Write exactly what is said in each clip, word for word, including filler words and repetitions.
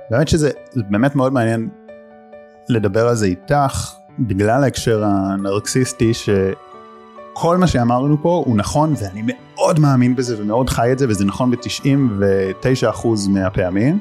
באמת שזה באמת מאוד מעניין לדבר על זה איתך, בגלל ההקשר הנרקסיסטי שכל מה שאמרנו פה הוא נכון, ואני מאוד מאמין בזה ומאוד חי את זה, וזה נכון ב-תשעים ותשעה אחוז מהפעמים.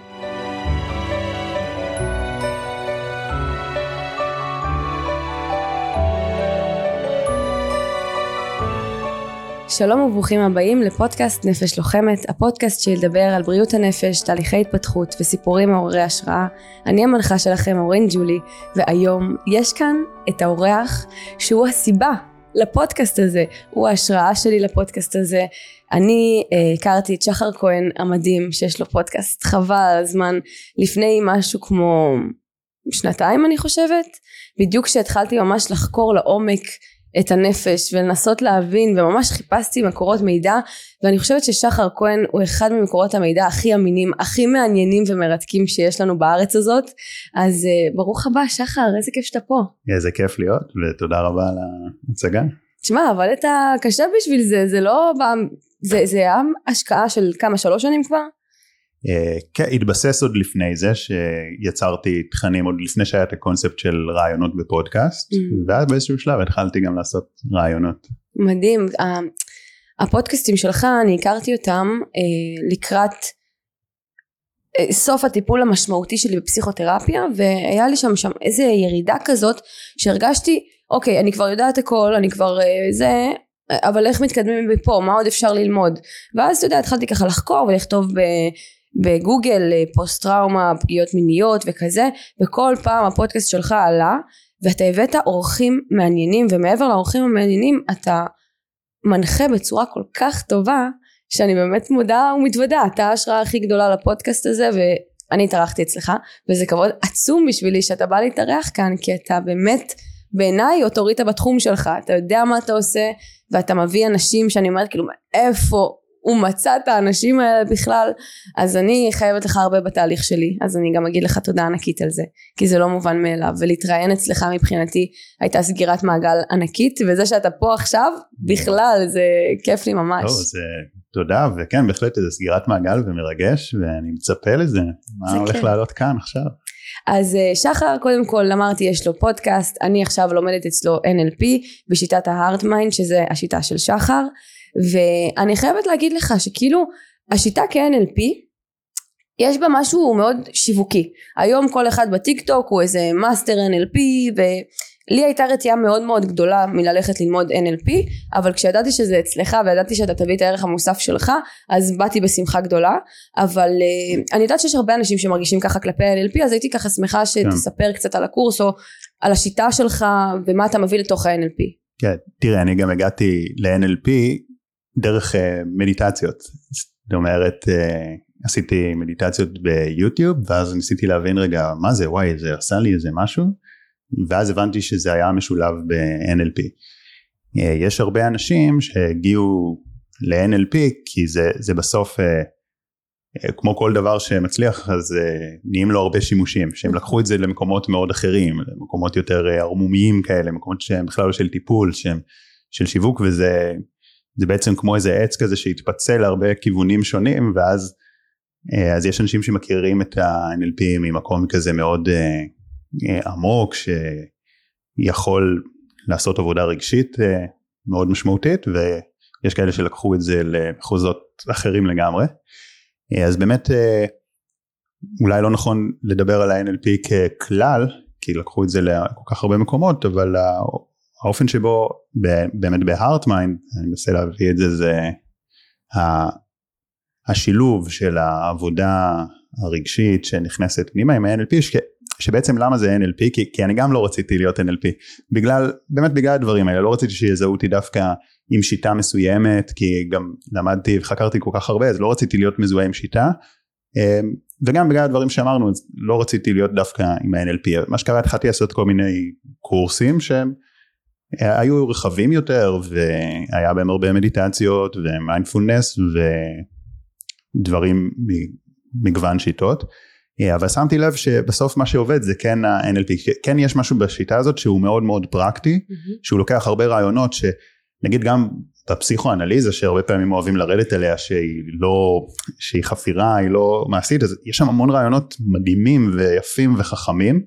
שלום וברוכים הבאים לפודקאסט נפש לוחמת, הפודקאסט שידבר על בריאות הנפש, תהליכי התפתחות וסיפורים מעוררי השראה. אני המנחה שלכם אורין ג'ולי, והיום יש כאן את האורח שהוא הסיבה לפודקאסט הזה, הוא ההשראה שלי לפודקאסט הזה. אני אה, הכרתי את שחר כהן המדהים שיש לו פודקאסט חבל על הזמן לפני משהו כמו שנתיים אני חושבת, בדיוק כשהתחלתי ממש לחקור לעומק את הנפש ולנסות להבין, וממש חיפשתי מקורות מידע, ואני חושבת ששחר כהן הוא אחד ממקורות המידע הכי אמינים, הכי מעניינים ומרתקים שיש לנו בארץ הזאת. אז ברוך הבא שחר, איזה כיף שאתה פה. איזה כיף להיות, ותודה רבה על ההצגה. תשמע, אבל אתה קשה בשביל זה, זה לא, זה, זה היה השקעה של כמה, שלוש שנים כבר? כן, התבסס עוד לפני זה שיצרתי תכנים עוד לפני שהיה את הקונספט של רעיונות בפודקאסט, ואז באיזשהו שלב התחלתי גם לעשות רעיונות. מדהים, הפודקאסטים שלך אני הכרתי אותם לקראת סוף הטיפול המשמעותי שלי בפסיכותרפיה, והיה לי שם שם איזה ירידה כזאת שהרגשתי אוקיי אני כבר יודעת הכל, אני כבר זה, אבל איך מתקדמים מפה, מה עוד אפשר ללמוד? ואז אתה יודע התחלתי ככה לחקור ולכתוב ב בגוגל פוסט טראומה, פגיעות מיניות וכזה, וכל פעם הפודקאסט שלך עלה, ואתה הבאת אורחים מעניינים, ומעבר לאורחים המעניינים אתה מנחה בצורה כל כך טובה, שאני באמת מודה ומתוודה, אתה ההשראה הכי גדולה לפודקאסט הזה, ואני התארחתי אצלך, וזה כבוד עצום בשבילי שאתה בא להתארח כאן, כי אתה באמת בעיניי אוטוריטה בתחום שלך, אתה יודע מה אתה עושה, ואתה מביא אנשים שאני אומרת כאילו איפה הוא מצא את האנשים האלה בכלל, אז אני חייבת לך הרבה בתהליך שלי, אז אני גם אגיד לך תודה ענקית על זה, כי זה לא מובן מאליו, ולהתראיין אצלך מבחינתי הייתה סגירת מעגל ענקית, וזה שאתה פה עכשיו בכלל זה כיף לי ממש. טוב, זה תודה, וכן בהחלט זה סגירת מעגל ומרגש, ואני מצפה לזה, מה הולך לעלות כאן עכשיו? אז שחר קודם כל אמרתי יש לו פודקאסט, אני עכשיו לומדת אצלו אן אל פי בשיטת ההארט מיינד, שזה השיטה של שחר, ואני חייבת להגיד לך שכאילו השיטה כ-אן אל פי יש בה משהו מאוד שיווקי. היום כל אחד בטיק טוק הוא איזה מאסטר אן אל פי, ולי הייתה רתיעה מאוד מאוד גדולה מללכת ללמוד אן אל פי, אבל כשידעתי שזה אצלך וידעתי שאתה תביא את הערך המוסף שלך, אז באתי בשמחה גדולה. אבל אני יודעת שיש הרבה אנשים שמרגישים ככה כלפי אן אל פי, אז הייתי ככה שמחה שתספר קצת על הקורס או על השיטה שלך ומה אתה מביא לתוך ה-אן אל פי. כן, תראה, אני גם הגעתי ל-אן אל פי דרך uh, מדיטציות, זאת אומרת uh, עשיתי מדיטציות ביוטיוב, ואז ניסיתי להבין רגע מה זה, וואי זה עשה לי איזה משהו, ואז הבנתי שזה היה משולב ב-אן אל פי. uh, יש הרבה אנשים שהגיעו ל-אן אל פי כי זה, זה בסוף uh, uh, כמו כל דבר שמצליח, אז uh, נהיים לו הרבה שימושים, שהם לקחו את זה למקומות מאוד אחרים, למקומות יותר uh, ערמומיים כאלה, מקומות שהם בכלל של טיפול, שהם של שיווק, וזה זה בעצם כמו איזה עץ כזה שהתפצל להרבה כיוונים שונים, ואז אז יש אנשים שמכירים את ה-אן אל פי ממקום כזה מאוד עמוק, שיכול לעשות עבודה רגשית מאוד משמעותית, ויש כאלה שלקחו את זה למחוזות אחרים לגמרי. אז באמת אולי לא נכון לדבר על ה-אן אל פי ככלל, כי לקחו את זה לכל כך הרבה מקומות, אבל האופן שבו באמת בהארט מיינד, אני מנסה להביא את זה, זה השילוב של העבודה הרגשית שנכנסת פנימה עם ה-אן אל פי, שבעצם למה זה אן אל פי? כי, כי אני גם לא רציתי להיות אן אל פי, בגלל, באמת בגלל הדברים האלה, לא רציתי שיזהו אותי דווקא עם שיטה מסוימת, כי גם למדתי וחקרתי כל כך הרבה, אז לא רציתי להיות מזוהה עם שיטה, וגם בגלל הדברים שאמרנו, אז לא רציתי להיות דווקא עם ה-אן אל פי, מה שקרה התחלתי לעשות כל מיני קורסים שהם, היו רחבים יותר, והיה בהם הרבה מדיטציות ומיינדפולנס ודברים מגוון שיטות, אבל שמתי לב שבסוף מה שעובד זה כן ה-אן אל פי, כן יש משהו בשיטה הזאת שהוא מאוד מאוד פרקטי, שהוא לוקח הרבה רעיונות שנגיד גם בפסיכואנליזה שהרבה פעמים אוהבים לרדת אליה שהיא לא, שהיא חפירה, היא לא מעשית, אז יש שם המון רעיונות מדהימים ויפים וחכמים,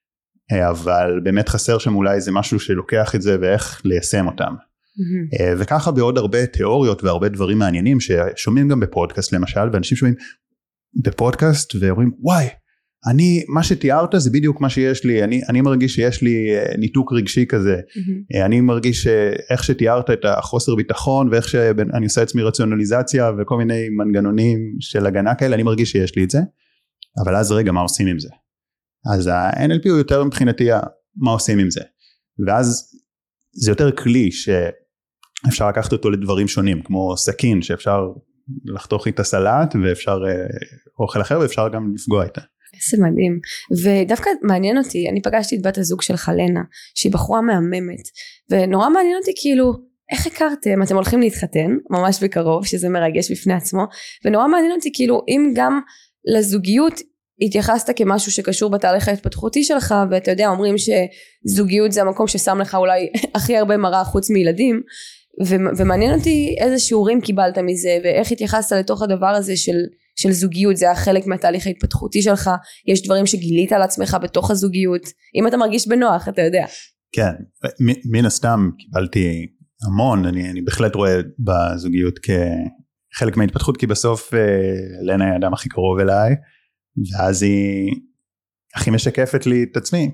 אבל באמת חסר שם אולי איזה משהו שלוקח את זה ואיך ליישם אותם. Mm-hmm. וככה בעוד הרבה תיאוריות והרבה דברים מעניינים ששומעים גם בפודקאסט למשל, ואנשים שומעים בפודקאסט ואומרים וואי, אני, מה שתיארת זה בדיוק מה שיש לי, אני, אני מרגיש שיש לי ניתוק רגשי כזה, mm-hmm. אני מרגיש איך שתיארת את החוסר ביטחון ואיך שאני עושה עצמי רציונליזציה וכל מיני מנגנונים של הגנה כאלה, אני מרגיש שיש לי את זה, אבל אז רגע מה עושים עם זה? אז ה-אן אל פי הוא יותר מבחינתי מה עושים עם זה, ואז זה יותר כלי שאפשר לקחת אותו לדברים שונים, כמו סכין שאפשר לחתוך איתה סלט ואפשר אוכל אחר ואפשר גם לפגוע איתה. איזה מדהים, ודווקא מעניין אותי, אני פגשתי את בת הזוג שלך לנה, שהיא בחורה מהממת, ונורא מעניין אותי כאילו, איך הכרתם? אתם הולכים להתחתן, ממש בקרוב, שזה מרגש בפני עצמו, ונורא מעניין אותי כאילו, אם גם לזוגיות התייחסת כמשהו שקשור בתהליך ההתפתחותי שלך, ואתה יודע, אומרים שזוגיות זה המקום ששם לך אולי הכי הרבה מראה חוץ מילדים, ו- ומעניין אותי איזה שיעורים קיבלת מזה, ואיך התייחסת לתוך הדבר הזה של, של זוגיות, זה היה חלק מהתהליך ההתפתחותי שלך, יש דברים שגילית על עצמך בתוך הזוגיות, אם אתה מרגיש בנוח, אתה יודע. כן, מ- מן הסתם קיבלתי המון, אני, אני בהחלט רואה בזוגיות כחלק מההתפתחות, כי בסוף לנה היא האדם הכי קרוב אליי, ואז היא הכי משקפת לי את עצמי,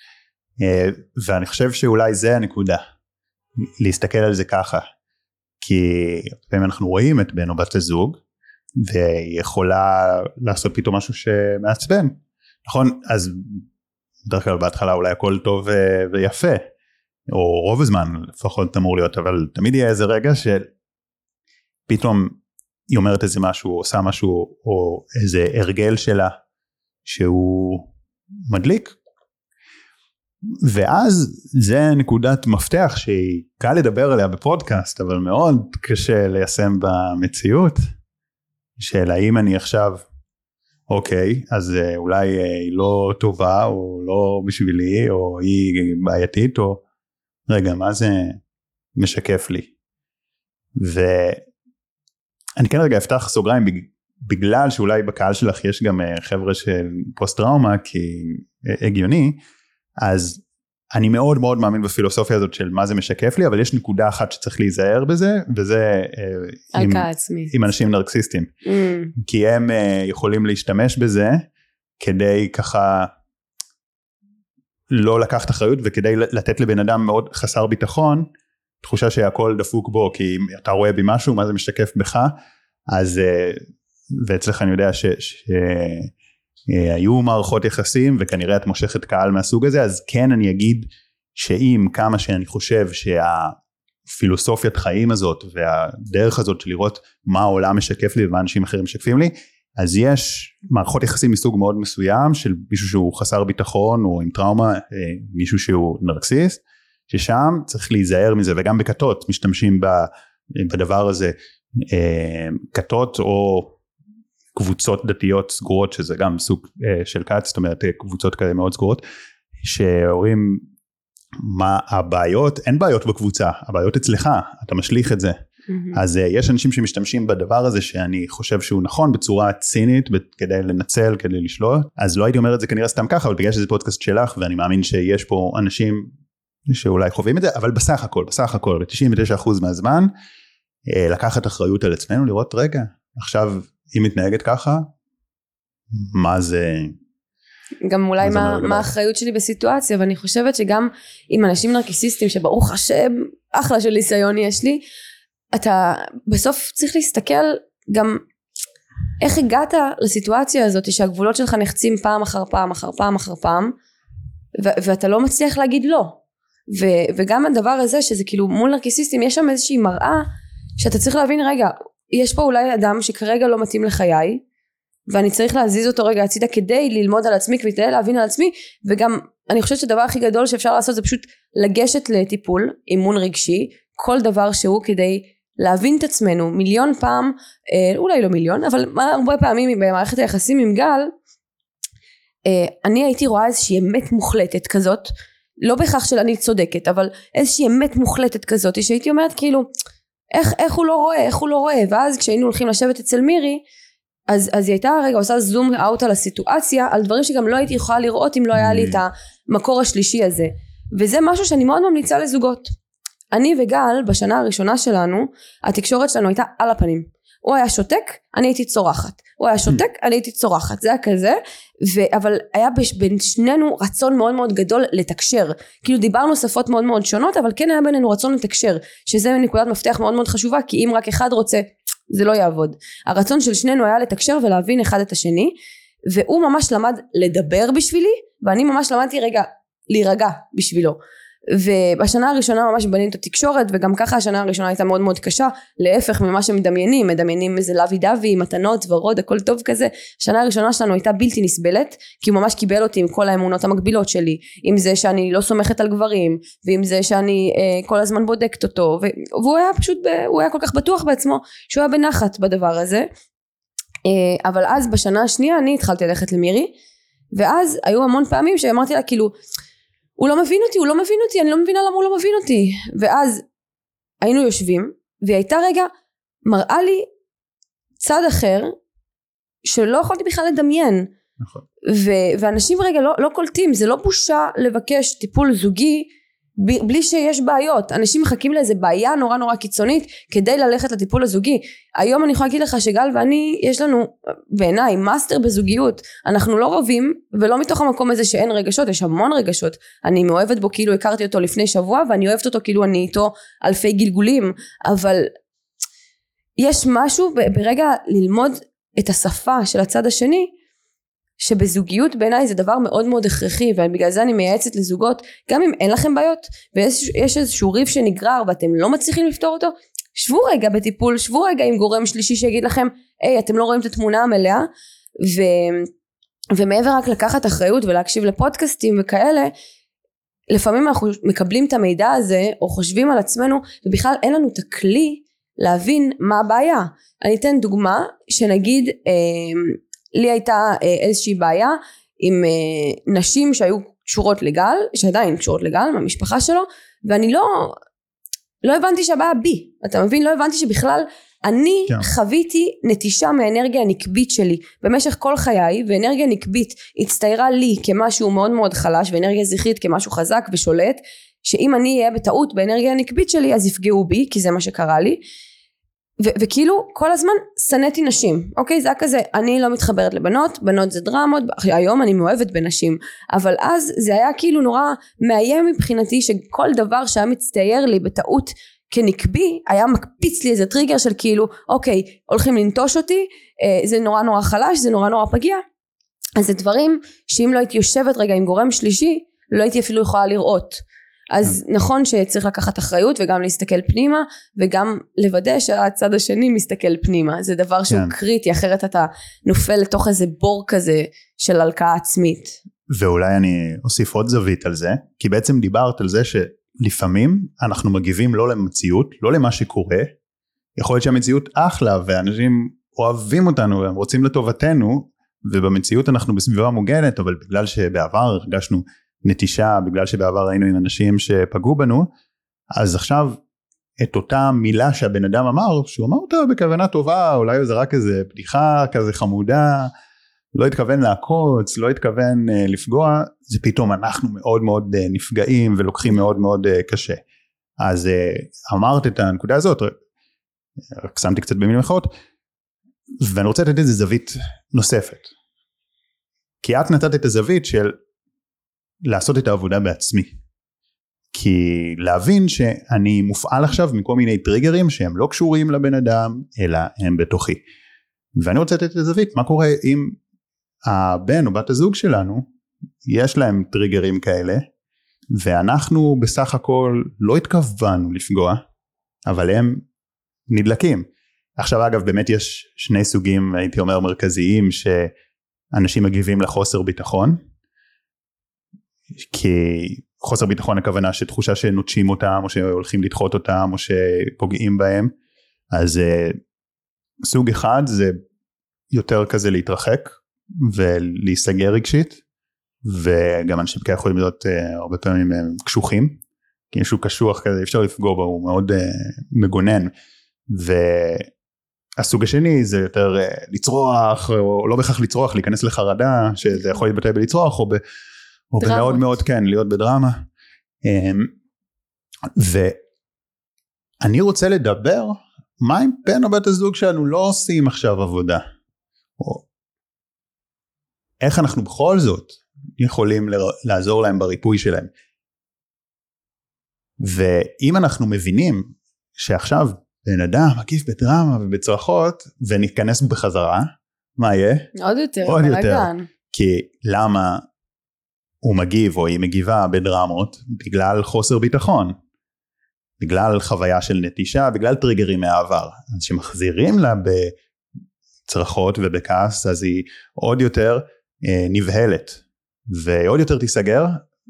ואני חושב שאולי זה הנקודה, להסתכל על זה ככה, כי פעמים אנחנו רואים את בן או בת הזוג, והיא יכולה לעשות פתאום משהו שמעצבן, נכון? אז בדרך כלל בהתחלה אולי הכל טוב ויפה, או רוב הזמן לפחות אמור להיות, אבל תמיד יהיה איזה רגע שפתאום היא אומרת איזה משהו, או עושה משהו, או איזה הרגל שלה, שהוא מדליק, ואז זה נקודת מפתח שהיא קל לדבר עליה בפודקאסט, אבל מאוד קשה ליישם במציאות, של האם אני עכשיו, אוקיי, אז אולי היא לא טובה, או לא בשבילי, או היא בעייתית, או רגע, מה זה משקף לי? ואני כן רגע אפתח סוגריים, בגלל שאולי בקהל שלך יש גם חבר'ה של פוסט טראומה, כי הגיוני, אז אני מאוד מאוד מאמין בפילוסופיה הזאת של מה זה משקף לי, אבל יש נקודה אחת שצריך להיזהר בזה, וזה עם, עם אנשים נרקסיסטים. Mm. כי הם יכולים להשתמש בזה, כדי ככה לא לקחת אחריות, וכדי לתת לבן אדם מאוד חסר ביטחון, תחושה שהכל דפוק בו, כי אם אתה רואה בי משהו, מה זה משקף בך, אז, ואצלך אני יודע ש... ש היו מערכות יחסים, וכנראה את מושכת קהל מהסוג הזה, אז כן אני אגיד שאם כמה שאני חושב שהפילוסופיית חיים הזאת, והדרך הזאת של לראות מה העולם משקף לי, ומה אנשים אחרים משקפים לי, אז יש מערכות יחסים מסוג מאוד מסוים, של מישהו שהוא חסר ביטחון, או עם טראומה, מישהו שהוא נרקסיסט, ששם צריך להיזהר מזה, וגם בכתות משתמשים בדבר הזה, כתות או קבוצות דתיות סגורות, שזה גם סוג של קאט, זאת אומרת קבוצות כאלה מאוד סגורות, שאומרים מה הבעיות, אין בעיות בקבוצה, הבעיות אצלך, אתה משליך את זה, mm-hmm. אז יש אנשים שמשתמשים בדבר הזה, שאני חושב שהוא נכון, בצורה צינית, כדי לנצל, כדי לשלוט, אז לא הייתי אומר את זה כנראה סתם ככה, אבל בגלל שזה פודקאסט שלך, ואני מאמין שיש פה אנשים שאולי חווים את זה, אבל בסך הכל, בסך הכל, ב-תשעים ותשעה אחוז מהזמן, לקחת אחריות על עצמנו, לראות רגע, עכשיו היא מתנהגת ככה, מה זה... גם אולי מה, מה האחריות שלי בסיטואציה, ואני חושבת שגם עם אנשים נרקיסיסטים, שברוך השם, אחלה של ניסיון יש לי, אתה בסוף צריך להסתכל גם איך הגעת לסיטואציה הזאת, שהגבולות שלך נחצים פעם אחר פעם, אחר פעם אחר פעם, ו- ואתה לא מצליח להגיד לא. ו- וגם הדבר הזה, שזה כאילו מול נרקיסיסטים, יש שם איזושהי מראה, שאתה צריך להבין, רגע, יש פה אולי אדם שכרגע לא מתאים לחיי, ואני צריך להזיז אותו רגע הצידה כדי ללמוד על עצמי, כדי להבין על עצמי, וגם אני חושבת שהדבר הכי גדול שאפשר לעשות זה פשוט לגשת לטיפול, אימון רגשי, כל דבר שהוא כדי להבין את עצמנו מיליון פעם, אולי לא מיליון, אבל הרבה פעמים במערכת היחסים עם גל, אני הייתי רואה איזושהי אמת מוחלטת כזאת, לא בהכרח של אני צודקת, אבל איזושהי אמת מוחלטת כזאת, שהייתי אומרת כאילו, איך, איך הוא לא רואה, איך הוא לא רואה, ואז כשהיינו הולכים לשבת אצל מירי, אז, אז היא הייתה רגע עושה זום אאוט על הסיטואציה, על דברים שגם לא הייתי יכולה לראות אם לא היה לי את המקור השלישי הזה, וזה משהו שאני מאוד ממליצה לזוגות. אני וגל בשנה הראשונה שלנו, התקשורת שלנו הייתה על הפנים, הוא היה שותק, אני הייתי צורחת, הוא היה שותק, אני הייתי צורחת, זה היה כזה, ו- אבל היה בין שנינו רצון מאוד מאוד גדול לתקשר, כאילו דיברנו שפות מאוד מאוד שונות, אבל כן היה בינינו רצון לתקשר, שזה נקודת מפתח מאוד מאוד חשובה, כי אם רק אחד רוצה, זה לא יעבוד. הרצון של שנינו היה לתקשר ולהבין אחד את השני, והוא ממש למד לדבר בשבילי, ואני ממש למדתי רגע להירגע בשבילו. ובשנה הראשונה ממש בנינו את התקשורת, וגם ככה השנה הראשונה הייתה מאוד מאוד קשה, להפך ממה שמדמיינים, מדמיינים איזה לוי דווי, מתנות ורוד, הכל טוב כזה. השנה הראשונה שלנו הייתה בלתי נסבלת, כי הוא ממש קיבל אותי עם כל האמונות המקבילות שלי, עם זה שאני לא סומכת על גברים, ועם זה שאני אה, כל הזמן בודקת אותו, והוא היה פשוט, הוא היה כל כך בטוח בעצמו, שהוא היה בנחת בדבר הזה. אה, אבל אז בשנה השנייה אני התחלתי ללכת למירי, ואז היו המון פעמים שאמרתי לה כאילו, הוא לא מבין אותי, הוא לא מבין אותי, אני לא מבינה למה הוא לא מבין אותי. ואז היינו יושבים, והיא הייתה רגע מראה לי צד אחר, שלא יכולתי בכלל לדמיין. נכון. ו- ואנשים רגע לא, לא קולטים, זה לא בושה לבקש טיפול זוגי, ב- בלי שיש בעיות. אנשים מחכים לאיזה בעיה נורא נורא קיצונית, כדי ללכת לטיפול הזוגי. היום אני יכולה להגיד לך שגל ואני, יש לנו בעיניי מאסטר בזוגיות, אנחנו לא רבים, ולא מתוך המקום הזה שאין רגשות, יש המון רגשות. אני מאוהבת בו כאילו הכרתי אותו לפני שבוע, ואני אוהבת אותו כאילו אני איתו אלפי גלגולים, אבל יש משהו ב- ברגע ללמוד את השפה של הצד השני, שבזוגיות בעיניי זה דבר מאוד מאוד הכרחי, ובגלל זה אני מייעצת לזוגות, גם אם אין לכם בעיות, ויש איזשהו ריב שנגרר ואתם לא מצליחים לפתור אותו, שבו רגע בטיפול, שבו רגע עם גורם שלישי שיגיד לכם, היי, אתם לא רואים את התמונה המלאה, ו... ומעבר רק לקחת אחריות ולהקשיב לפודקאסטים וכאלה, לפעמים אנחנו מקבלים את המידע הזה, או חושבים על עצמנו, ובכלל אין לנו את הכלי להבין מה הבעיה. אני אתן דוגמה, שנגיד, לי הייתה איזושהי בעיה עם נשים שהיו קשורות לגל, שעדיין קשורות לגל מהמשפחה שלו, ואני לא, לא הבנתי שהבעיה בי, אתה מבין? לא הבנתי שבכלל אני כן. חוויתי נטישה מהאנרגיה הנקבית שלי במשך כל חיי, ואנרגיה נקבית הצטיירה לי כמשהו מאוד מאוד חלש, ואנרגיה זכרית כמשהו חזק ושולט, שאם אני אהיה בטעות באנרגיה הנקבית שלי אז יפגעו בי, כי זה מה שקרה לי. ו- וכאילו כל הזמן סנתי נשים, אוקיי? זה היה כזה, אני לא מתחברת לבנות, בנות זה דרמות, היום אני מאוהבת בנשים, אבל אז זה היה כאילו נורא מאיים מבחינתי, שכל דבר שהיה מצטייר לי בטעות כנקבי, היה מקפיץ לי איזה טריגר של כאילו, אוקיי, הולכים לנטוש אותי, אה, זה נורא נורא חלש, זה נורא נורא פגיע, אז זה דברים שאם לא הייתי יושבת רגע עם גורם שלישי, לא הייתי אפילו יכולה לראות. אז נכון שצריך לקחת אחריות וגם להסתכל פנימה, וגם לוודא שהצד השני מסתכל פנימה, זה דבר שהוא כן. קריטי, אחרת אתה נופל לתוך איזה בור כזה של הלקאה עצמית. ואולי אני אוסיף עוד זווית על זה, כי בעצם דיברת על זה שלפעמים אנחנו מגיבים לא למציאות, לא למה שקורה, יכול להיות שהמציאות אחלה, ואנשים אוהבים אותנו והם רוצים לטובתנו, ובמציאות אנחנו בסביבה מוגנת, אבל בגלל שבעבר הרגשנו נטישה, בגלל שבעבר היינו עם אנשים שפגעו בנו, אז עכשיו את אותה מילה שהבן אדם אמר, שהוא אמר אותה בכוונה טובה, אולי זה רק איזה בדיחה כזה חמודה, לא התכוון לעקוץ, לא התכוון uh, לפגוע, זה פתאום אנחנו מאוד מאוד uh, נפגעים ולוקחים מאוד מאוד uh, קשה. אז uh, אמרת את הנקודה הזאת, רק שמתי קצת במילים אחרות, ואני רוצה לתת איזה זווית נוספת. כי את נתת את הזווית של לעשות את העבודה בעצמי. כי להבין שאני מופעל עכשיו מכל מיני טריגרים שהם לא קשורים לבן אדם, אלא הם בתוכי. ואני רוצה לתת את הזווית, מה קורה אם הבן או בת הזוג שלנו, יש להם טריגרים כאלה, ואנחנו בסך הכל לא התכוונו לפגוע, אבל הם נדלקים. עכשיו אגב באמת יש שני סוגים, הייתי אומר מרכזיים, שאנשים מגיבים לחוסר ביטחון, כי חוסר ביטחון הכוונה שתחושה שנוטשים אותם, או שהולכים לדחות אותם, או שפוגעים בהם, אז סוג אחד זה יותר כזה להתרחק, ולהיסגר רגשית, וגם אנשים כאלה יכולים להיות הרבה פעמים קשוחים, כי משהו קשוח כזה, אפשר לפגוע בו, הוא מאוד מגונן, והסוג השני זה יותר לצרוח, או לא בכך לצרוח, להיכנס לחרדה, שזה יכול להתבטא בלצרוח, או, ב, או במאוד מאוד, כן, להיות בדרמה. ואני רוצה לדבר, מה אם בן או בת הזוג שלנו לא עושים עכשיו עבודה? או איך אנחנו בכל זאת יכולים לעזור להם בריפוי שלהם? ואם אנחנו מבינים שעכשיו בן אדם מקיף בדרמה ובצרחות וניכנס בחזרה, מה יהיה? עוד יותר, עוד יותר. כי למה הוא מגיב או היא מגיבה בדרמות? בגלל חוסר ביטחון, בגלל חוויה של נטישה, בגלל טריגרים מהעבר. אז שמחזירים לה בצרחות ובכעס, אז היא עוד יותר אה, נבהלת, ועוד יותר תיסגר,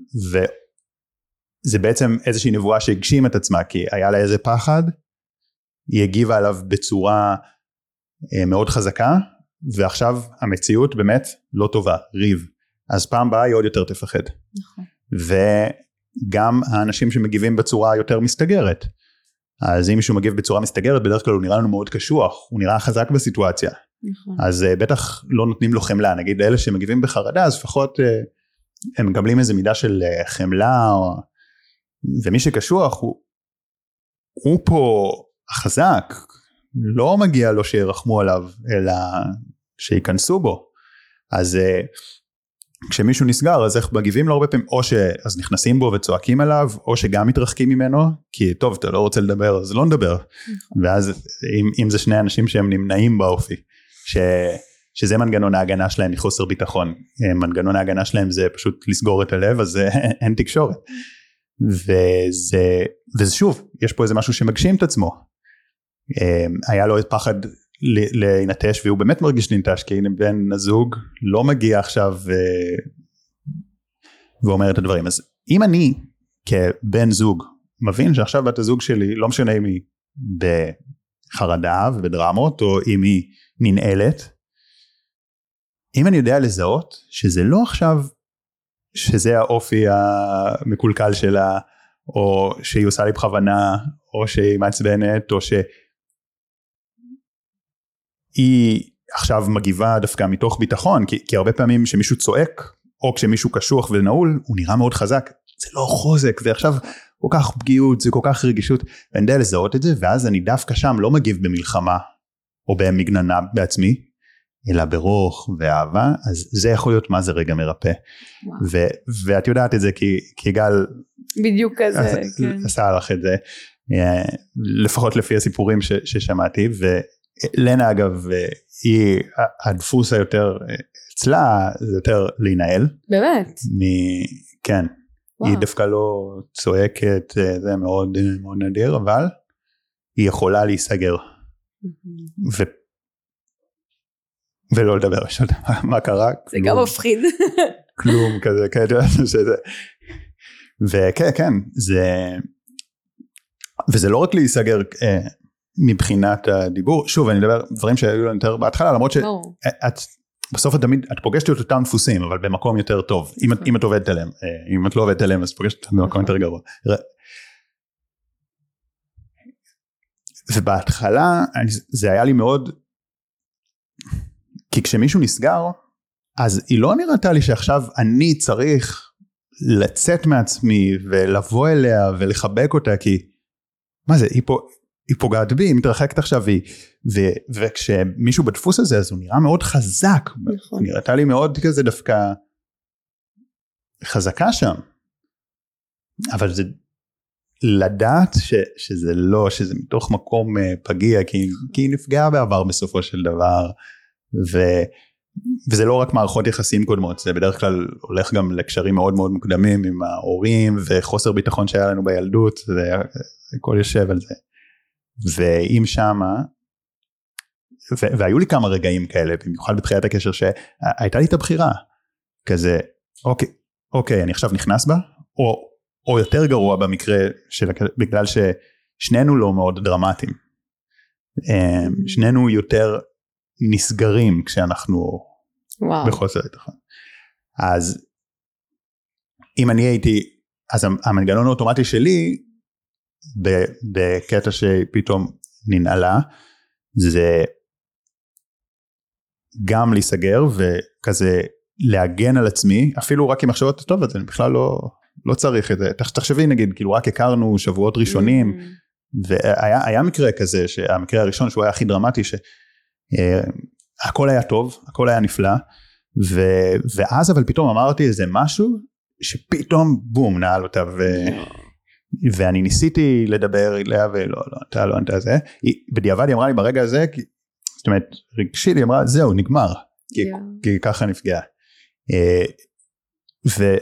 וזה בעצם איזושהי נבואה שהגשים את עצמה, כי היה לה איזה פחד, היא הגיבה עליו בצורה אה, מאוד חזקה, ועכשיו המציאות באמת לא טובה, ריב. אז פעם באה היא עוד יותר תפחד. נכון. וגם האנשים שמגיבים בצורה יותר מסתגרת. אז אם מישהו מגיב בצורה מסתגרת, בדרך כלל הוא נראה לנו מאוד קשוח, הוא נראה חזק בסיטואציה. נכון. אז uh, בטח לא נותנים לו חמלה, נגיד אלה שמגיבים בחרדה, אז לפחות uh, הם מקבלים איזו מידה של uh, חמלה, או... ומי שקשוח הוא, הוא פה החזק, לא מגיע לו שירחמו עליו, אלא שיכנסו בו. אז uh, כשמישהו נסגר, אז איך מגיבים לו הרבה פעמים, או שאז נכנסים בו וצועקים עליו, או שגם מתרחקים ממנו, כי טוב, אתה לא רוצה לדבר, אז לא נדבר. ואז אם, אם זה שני אנשים שהם נמנעים באופי, ש, שזה מנגנון ההגנה שלהם מחוסר ביטחון, מנגנון ההגנה שלהם זה פשוט לסגור את הלב, אז אין תקשורת. וזה, וזה שוב, יש פה איזה משהו שמגשים את עצמו. היה לו את פחד להינטש, והוא באמת מרגיש להינטש, כי הנה בן הזוג לא מגיע עכשיו ו... ואומר את הדברים. אז אם אני כבן זוג מבין שעכשיו בת הזוג שלי, לא משנה אם היא בחרדה ובדרמות, או אם היא ננעלת, אם אני יודע לזהות שזה לא עכשיו, שזה האופי המקולקל שלה, או שהיא עושה לי בכוונה, או שהיא מעצבנת, או ש... היא עכשיו מגיבה דווקא מתוך ביטחון, כי, כי הרבה פעמים שמישהו צועק, או כשמישהו קשוח ונעול, הוא נראה מאוד חזק, זה לא חוזק, זה עכשיו כל כך פגיעות, זה כל כך רגישות, ואני יודע לזהות את זה, ואז אני דווקא שם לא מגיב במלחמה, או במגננה בעצמי, אלא ברוך ואהבה, אז זה יכול להיות מה זה רגע מרפא. ו, ואת יודעת את זה, כי, כי גל... בדיוק כזה, עשה, כן. עשה לך את זה, לפחות לפי הסיפורים ש, ששמעתי, ו... לנה אגב, היא הדפוס היותר אצלה, זה יותר להינהל. באמת? מ... כן. וואו. היא דווקא לא צועקת, זה מאוד, מאוד נדיר, אבל היא יכולה להיסגר. ו... ולא לדבר, שואל, מה קרה? זה גם מפחיד. כלום כזה, כן, שזה... וכן, כן, זה... וזה לא רק להיסגר... מבחינת הדיבור, שוב אני מדבר דברים שהיו לנו יותר בהתחלה, למרות שאת בסוף את תמיד, את פוגשת את אותם דפוסים, אבל במקום יותר טוב, אם, אם את עובדת עליהם, אם את לא עובדת עליהם, אז פוגשת במקום יותר גרוע. ובהתחלה, זה היה לי מאוד, כי כשמישהו נסגר, אז היא לא נראתה לי שעכשיו אני צריך לצאת מעצמי, ולבוא אליה, ולחבק אותה, כי, מה זה, היא פה, היא פוגעת בי, היא מתרחקת עכשיו, ו, ו, וכשמישהו בדפוס הזה, אז הוא נראה מאוד חזק, נכון. נראתה לי מאוד כזה דווקא חזקה שם, אבל זה לדעת ש, שזה לא, שזה מתוך מקום פגיע, כי, כי היא נפגעה בעבר בסופו של דבר, ו, וזה לא רק מערכות יחסים קודמות, זה בדרך כלל הולך גם לקשרים מאוד מאוד מוקדמים עם ההורים, וחוסר ביטחון שהיה לנו בילדות, זה הכל יושב על זה. ואם שמה, ו- והיו לי כמה רגעים כאלה, במיוחד בתחילת הקשר, שהייתה לי את הבחירה, כזה, אוקיי, אוקיי, אני עכשיו נכנס בה, או, או יותר גרוע במקרה, של, בגלל ששנינו לא מאוד דרמטיים, שנינו יותר נסגרים, כשאנחנו וואו. בחוסר ביטחון. אז, אם אני הייתי, אז המנגנון האוטומטי שלי, בקטע שפתאום ננעלה, זה גם להיסגר וכזה להגן על עצמי, אפילו רק עם מחשבות טוב, אז אני בכלל לא, לא צריך את זה. תחשבי נגיד, כאילו רק הכרנו שבועות ראשונים, mm-hmm. והיה היה מקרה כזה, שהמקרה הראשון שהוא היה הכי דרמטי, שהכל היה טוב, הכל היה נפלא, ו, ואז אבל פתאום אמרתי איזה משהו, שפתאום בום נעל אותה, ו, ואני ניסיתי לדבר אליה, ולא, לא, אתה לא, אתה זה, בדיעבד היא אמרה לי ברגע הזה, כי, זאת אומרת, רגשי לי אמרה, זהו, נגמר, כי, yeah. כי ככה נפגעה. ו,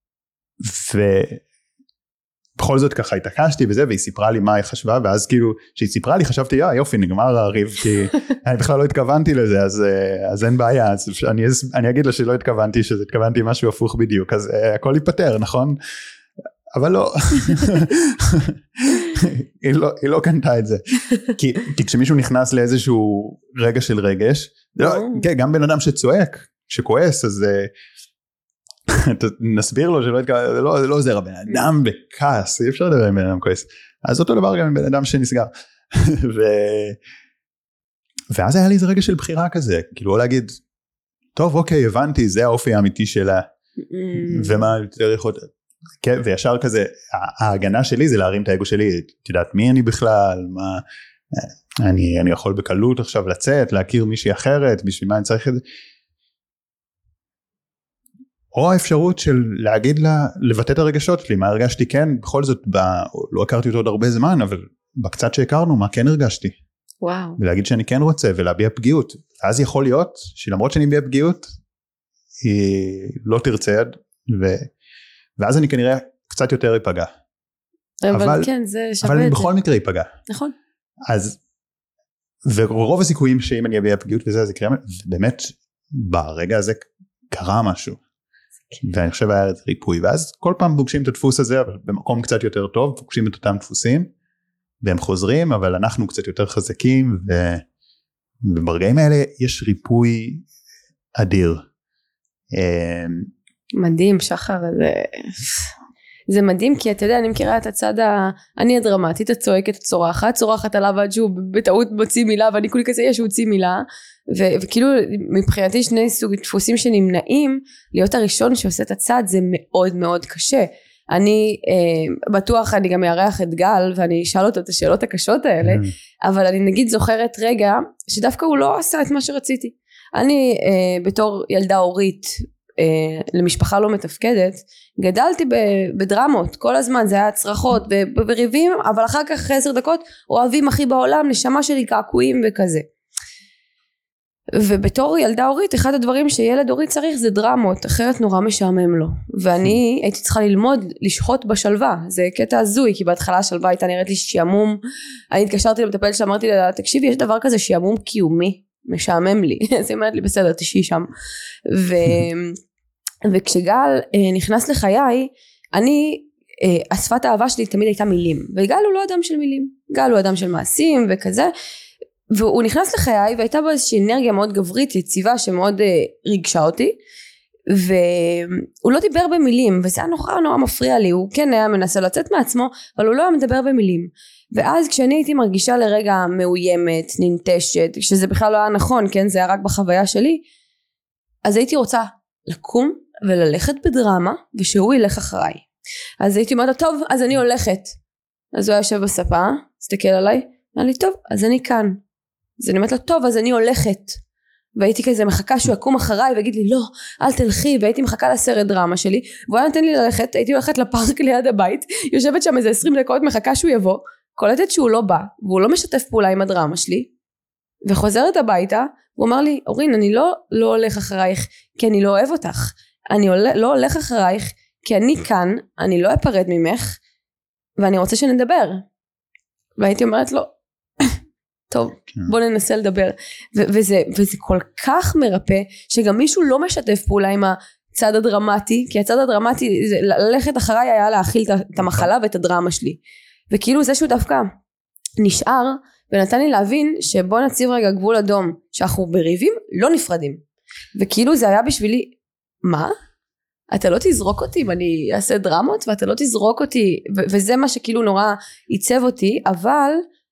ובכל זאת ככה התעקשתי וזה, והיא סיפרה לי מה היא חשבה, ואז כאילו, כשהיא סיפרה לי, חשבתי, יא, יופי, נגמר הריב, כי אני בכלל לא התכוונתי לזה, אז, אז אין בעיה, אז אני, אני אגיד לה שלא התכוונתי, שזה התכוונתי משהו הפוך בדיוק, אז הכל ייפטר, נכון? אבל לא, היא לא, היא לא קנתה את זה, כי, כי כשמישהו נכנס לאיזשהו רגע של רגש, לא, כן, גם בן אדם שצועק, שכועס, אז נסביר לו שלא התכוון, זה לא, זה לא עוזר, הבן אדם בכעס, אי אפשר לדבר עם בן אדם כועס, אז אותו דבר גם עם בן אדם שנסגר, ו... ואז היה לי איזה רגע של בחירה כזה, כאילו לא להגיד, טוב אוקיי, הבנתי, זה האופי האמיתי שלה, ומה צריך עוד, כן, וישר כזה, ההגנה שלי זה להרים את האגו שלי, את יודעת מי אני בכלל, מה, אני, אני יכול בקלות עכשיו לצאת, להכיר מישהי אחרת, בשביל מה אני צריך את זה, או האפשרות של להגיד לה, לבטא את הרגשות שלי, מה הרגשתי כן, בכל זאת, ב, לא הכרתי אותו עוד הרבה זמן, אבל בקצת שהכרנו, מה כן הרגשתי. וואו. ולהגיד שאני כן רוצה, ולהביע פגיעות. ואז יכול להיות, שלמרות שאני אביע פגיעות, היא לא תרצה, ו, ואז אני כנראה קצת יותר ייפגע. אבל, אבל כן, זה שווה אבל את אני זה. בכל מקרה ייפגע. נכון. אז, ורוב הסיכויים שאם אני אביע פגיעות וזה, זה קרה, באמת, ברגע הזה קרה משהו. ואני חושב היה ריפוי, ואז כל פעם פוגשים את הדפוס הזה, אבל במקום קצת יותר טוב, פוגשים את אותם דפוסים, והם חוזרים, אבל אנחנו קצת יותר חזקים, וברגעים האלה יש ריפוי אדיר. מדהים, שחר, זה, זה מדהים, כי אתה יודע, אני מכירה את הצד, ה... אני הדרמטית, הצועקת, הצורחת, צורחת עליו עד שהוא בטעות מוציא מילה, ואני כולי כזה, יש הוא הוציא מילה, ו- וכאילו מבחינתי שני סוג דפוסים שנמנעים, להיות הראשון שעושה את הצד זה מאוד מאוד קשה. אני אה, בטוח אני גם אארח את גל ואני אשאל אותו את השאלות הקשות האלה, mm. אבל אני נגיד זוכרת רגע שדווקא הוא לא עשה את מה שרציתי. אני אה, בתור ילדה הורית אה, למשפחה לא מתפקדת, גדלתי ב- בדרמות, כל הזמן זה היה צרחות ובריבים, אבל אחר כך אחרי עשר דקות אוהבים הכי בעולם, נשמה שלי קעקועים וכזה. ובתור ילדה הורית, אחד הדברים שילד הורית צריך זה דרמות, אחרת נורא משעמם לו. ואני הייתי צריכה ללמוד לשחוט בשלווה, זה קטע הזוי, כי בהתחלה השלווה הייתה נראית לי שעמום, אני התקשרתי למטפל שאמרתי לה, תקשיבי, יש דבר כזה שעמום קיומי, משעמם לי, אז היא אומרת לי, בסדר, תשעי שם. ו... וכשגל נכנס לחיי, אני, השפת האהבה שלי תמיד הייתה מילים, וגל הוא לא אדם של מילים, גל הוא אדם של מעשים וכזה, והוא נכנס לחיי והייתה בו איזושהי אנרגיה מאוד גברית, יציבה שמאוד uh, ריגשה אותי, והוא לא דיבר במילים, וזה היה נורא נורא מפריע לי, הוא כן היה מנסה לצאת מעצמו, אבל הוא לא היה מדבר במילים, ואז כשאני הייתי מרגישה לרגע מאוימת, ננטשת, שזה בכלל לא היה נכון, כן, זה היה רק בחוויה שלי, אז הייתי רוצה לקום וללכת בדרמה, ושהוא ילך אחריי, אז הייתי אומרת, טוב, אז אני הולכת, אז הוא היה יושב בספה, הסתכל עליי, אמר לי, טוב, אז אני כאן, אז אני אומרת לו, טוב, אז אני הולכת, והייתי כזה מחכה שהוא יקום אחריי, ויגיד לי, לא, אל תלכי, והייתי מחכה לסרט דרמה שלי, והוא היה נותן לי ללכת, הייתי הולכת לפארק ליד הבית, יושבת שם איזה עשרים דקות, מחכה שהוא יבוא, קולטת שהוא לא בא, והוא לא משתף פעולה עם הדרמה שלי, וחוזרת הביתה, הוא אמר לי, אורין, אני לא, לא הולך אחרייך, כי אני לא אוהב אותך, אני לא הולך אחרייך, כי אני כאן, אני לא אפרד ממך, ואני רוצה שנדבר. והייתי אומרת לו, טוב, בוא ננסה לדבר. ו- וזה, וזה כל כך מרפא, שגם מישהו לא משתף פעולה עם הצד הדרמטי, כי הצד הדרמטי, זה, ללכת אחריי היה להכיל את המחלה ואת הדרמה שלי. וכאילו זה שהוא דווקא נשאר, ונתן לי להבין שבוא נציב רגע גבול אדום, שאנחנו בריבים, לא נפרדים. וכאילו זה היה בשבילי, מה? אתה לא תזרוק אותי אם אני אעשה דרמות, ואתה לא תזרוק אותי, ו- וזה מה שכאילו נורא ייצב אותי, אבל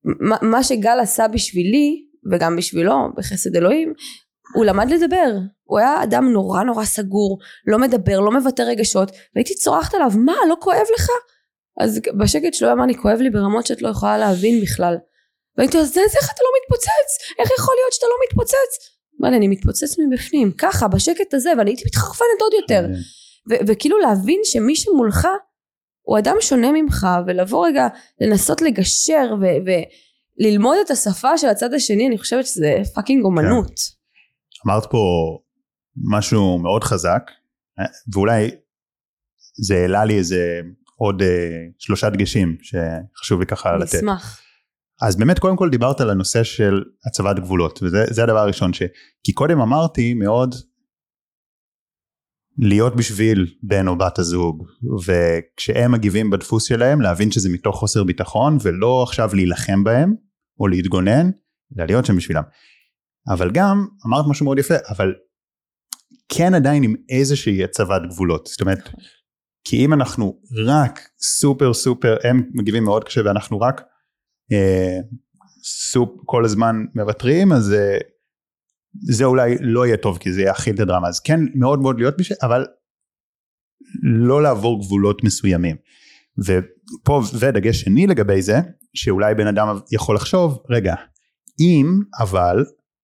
מה, מה שגל עשה בשבילי, וגם בשבילו, בחסד אלוהים, הוא למד לדבר, הוא היה אדם נורא נורא סגור, לא מדבר, לא מבטא רגשות, והייתי צורחת עליו, מה, לא כואב לך? אז בשקט שלו אמר, אני כואב לי ברמות שאת לא יכולה להבין בכלל, והייתי אז, איך אתה לא מתפוצץ? איך יכול להיות שאתה לא מתפוצץ? אמר לי, אני מתפוצץ מבפנים, ככה, בשקט הזה, ואני הייתי מתחרפנת עוד יותר, ו- וכאילו להבין שמי שמולך, הוא אדם שונה ממך, ולבוא רגע, לנסות לגשר, ו- וללמוד את השפה של הצד השני, אני חושבת שזה פאקינג אומנות. אמרת פה משהו מאוד חזק, ואולי זה העלה לי איזה עוד שלושה דגשים, שחשוב לי ככה לתת. נשמח. אז באמת קודם כל דיברת על הנושא של הצבת גבולות, וזה הדבר הראשון, ש... כי קודם אמרתי מאוד להיות בשביל בן או בת הזוג, וכשהם מגיבים בדפוס שלהם, להבין שזה מתוך חוסר ביטחון, ולא עכשיו להילחם בהם, או להתגונן, אלא להיות שם בשבילם. אבל גם, אמרת משהו מאוד יפה, אבל כן עדיין עם איזושהי הצבת גבולות, זאת אומרת, כי אם אנחנו רק סופר סופר, הם מגיבים מאוד קשה, ואנחנו רק אה, סופ כל הזמן מבטרים, אז אה, זה אולי לא יהיה טוב, כי זה יכיל את הדרמה, אז כן מאוד מאוד להיות בשביל, אבל לא לעבור גבולות מסוימים, ופה ודגש שני לגבי זה, שאולי בן אדם יכול לחשוב, רגע, אם אבל,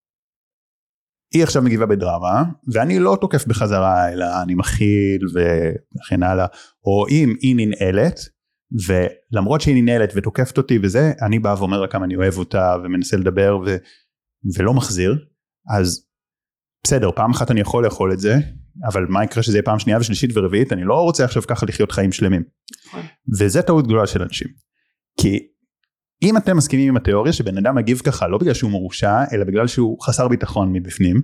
היא עכשיו מגיבה בדרמה, ואני לא תוקף בחזרה, אלא אני מכיל וכן הלאה, או אם היא ננעלת, ולמרות שהיא ננעלת ותוקפת אותי וזה, אני בא ואומר לה כמה אני אוהב אותה, ומנסה לדבר ו, ולא מחזיר, אז בסדר, פעם אחת אני יכול לאכול את זה, אבל מה יקרה שזה יהיה פעם שנייה ושלישית ורביעית, אני לא רוצה עכשיו ככה לחיות חיים שלמים. וזה טעות גדולה של אנשים. כי אם אתם מסכימים עם התיאוריה שבן אדם מגיב ככה, לא בגלל שהוא מרושע, אלא בגלל שהוא חסר ביטחון מבפנים,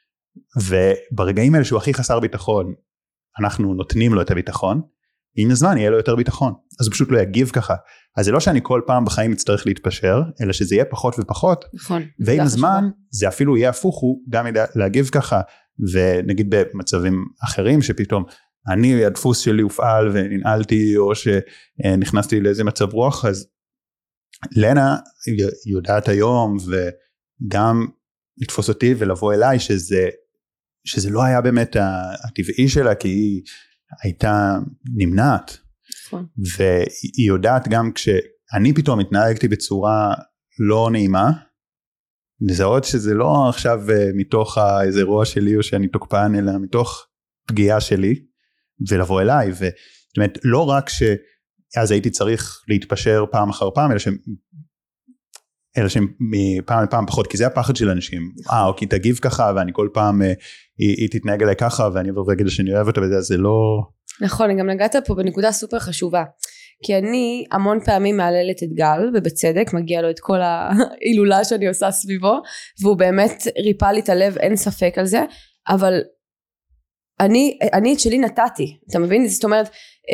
וברגעים האלה שהוא הכי חסר ביטחון, אנחנו נותנים לו את הביטחון, עם הזמן יהיה לו יותר ביטחון, אז הוא פשוט לא יגיב ככה. אז זה לא שאני כל פעם בחיים אצטרך להתפשר, אלא שזה יהיה פחות ופחות, נכון. ועם הזמן זה אפילו יהיה הפוך, הוא גם ידע להגיב ככה, ונגיד במצבים אחרים שפתאום אני, הדפוס שלי הופעל וננעלתי, או שנכנסתי לאיזה מצב רוח, אז לנה יודעת היום, וגם לתפוס אותי ולבוא אליי, שזה, שזה לא היה באמת הטבעי שלה, כי היא הייתה נמנעת, והיא יודעת גם כשאני פתאום התנהגתי בצורה לא נעימה, לזהות שזה לא עכשיו מתוך איזה רוע שלי, או שאני תוקפן, אלא מתוך פגיעה שלי, ולבוא אליי, וזאת אומרת, לא רק שאז הייתי צריך להתפשר פעם אחר פעם, אלא שהם, אלא שהם מפעם לפעם פחות, כי זה הפחד של אנשים, אה, אוקיי, תגיב ככה, ואני כל פעם, היא, היא תתנהג אליי ככה, ואני אבוא ואגיד שאני אוהב אותה, וזה, זה לא... נכון, גם נגעת פה בנקודה סופר חשובה, כי אני המון פעמים מעללת את גל, ובצדק מגיע לו את כל ההילולה שאני עושה סביבו, והוא באמת ריפה לי את הלב, אין ספק על זה, אבל אני, אני את שלי נתתי, אתה מבין? זאת אומרת,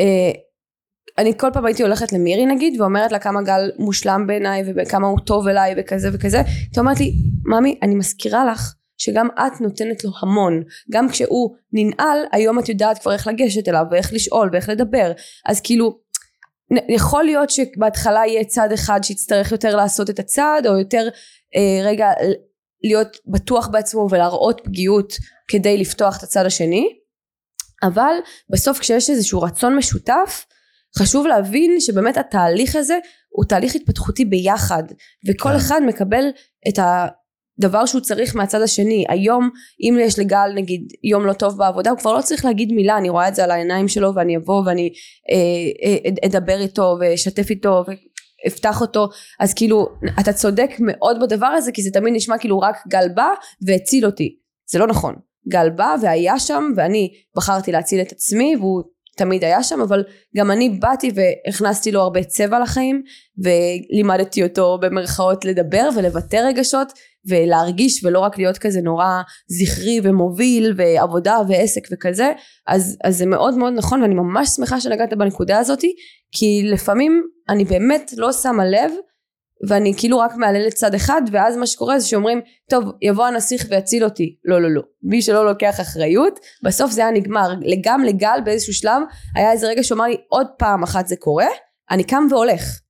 אני כל פעם הייתי הולכת למירי נגיד, ואומרת לה כמה גל מושלם בעיניי, וכמה הוא טוב אליי, וכזה וכזה, היא אומרת לי, ממי, אני מזכירה לך, שגם את נותנת לו המון, גם כשהוא ננעל, היום את יודעת כבר איך לגשת אליו, ואיך לשאול, ואיך לדבר, אז כאילו, יכול להיות שבהתחלה יהיה צד אחד שיצטרך יותר לעשות את הצד, או יותר אה, רגע להיות בטוח בעצמו, ולהראות פגיעות, כדי לפתוח את הצד השני, אבל בסוף כשיש איזשהו רצון משותף, חשוב להבין שבאמת התהליך הזה, הוא תהליך התפתחותי ביחד, וכל אחד מקבל את ה... דבר שהוא צריך מהצד השני. היום אם יש לגל נגיד יום לא טוב בעבודה, הוא כבר לא צריך להגיד מילה, אני רואה את זה על העיניים שלו, ואני אבוא ואני אה, אה, אדבר איתו ושתף איתו ואפתח אותו. אז כאילו אתה צודק מאוד בדבר הזה, כי זה תמיד נשמע כאילו רק גל בא והציל אותי. זה לא נכון. גל בא והיה שם, ואני בחרתי להציל את עצמי, והוא תמיד היה שם, אבל גם אני באתי והכנסתי לו הרבה צבע לחיים, ולימדתי אותו במרכאות לדבר ולבטא רגשות, ולהרגיש, ולא רק להיות כזה נורא זכרי ומוביל, ועבודה ועסק וכזה. אז, אז זה מאוד מאוד נכון, ואני ממש שמחה שנגעת בנקודה הזאת, כי לפעמים אני באמת לא שמה לב, ואני כאילו רק מעלה לצד אחד, ואז מה שקורה זה שאומרים, טוב, יבוא הנסיך ויציל אותי. לא, לא, לא. מי שלא לוקח אחריות, בסוף זה היה נגמר. גם לגל באיזשהו שלב, היה איזה רגע שאומר לי, עוד פעם אחת זה קורה, אני קם והולך.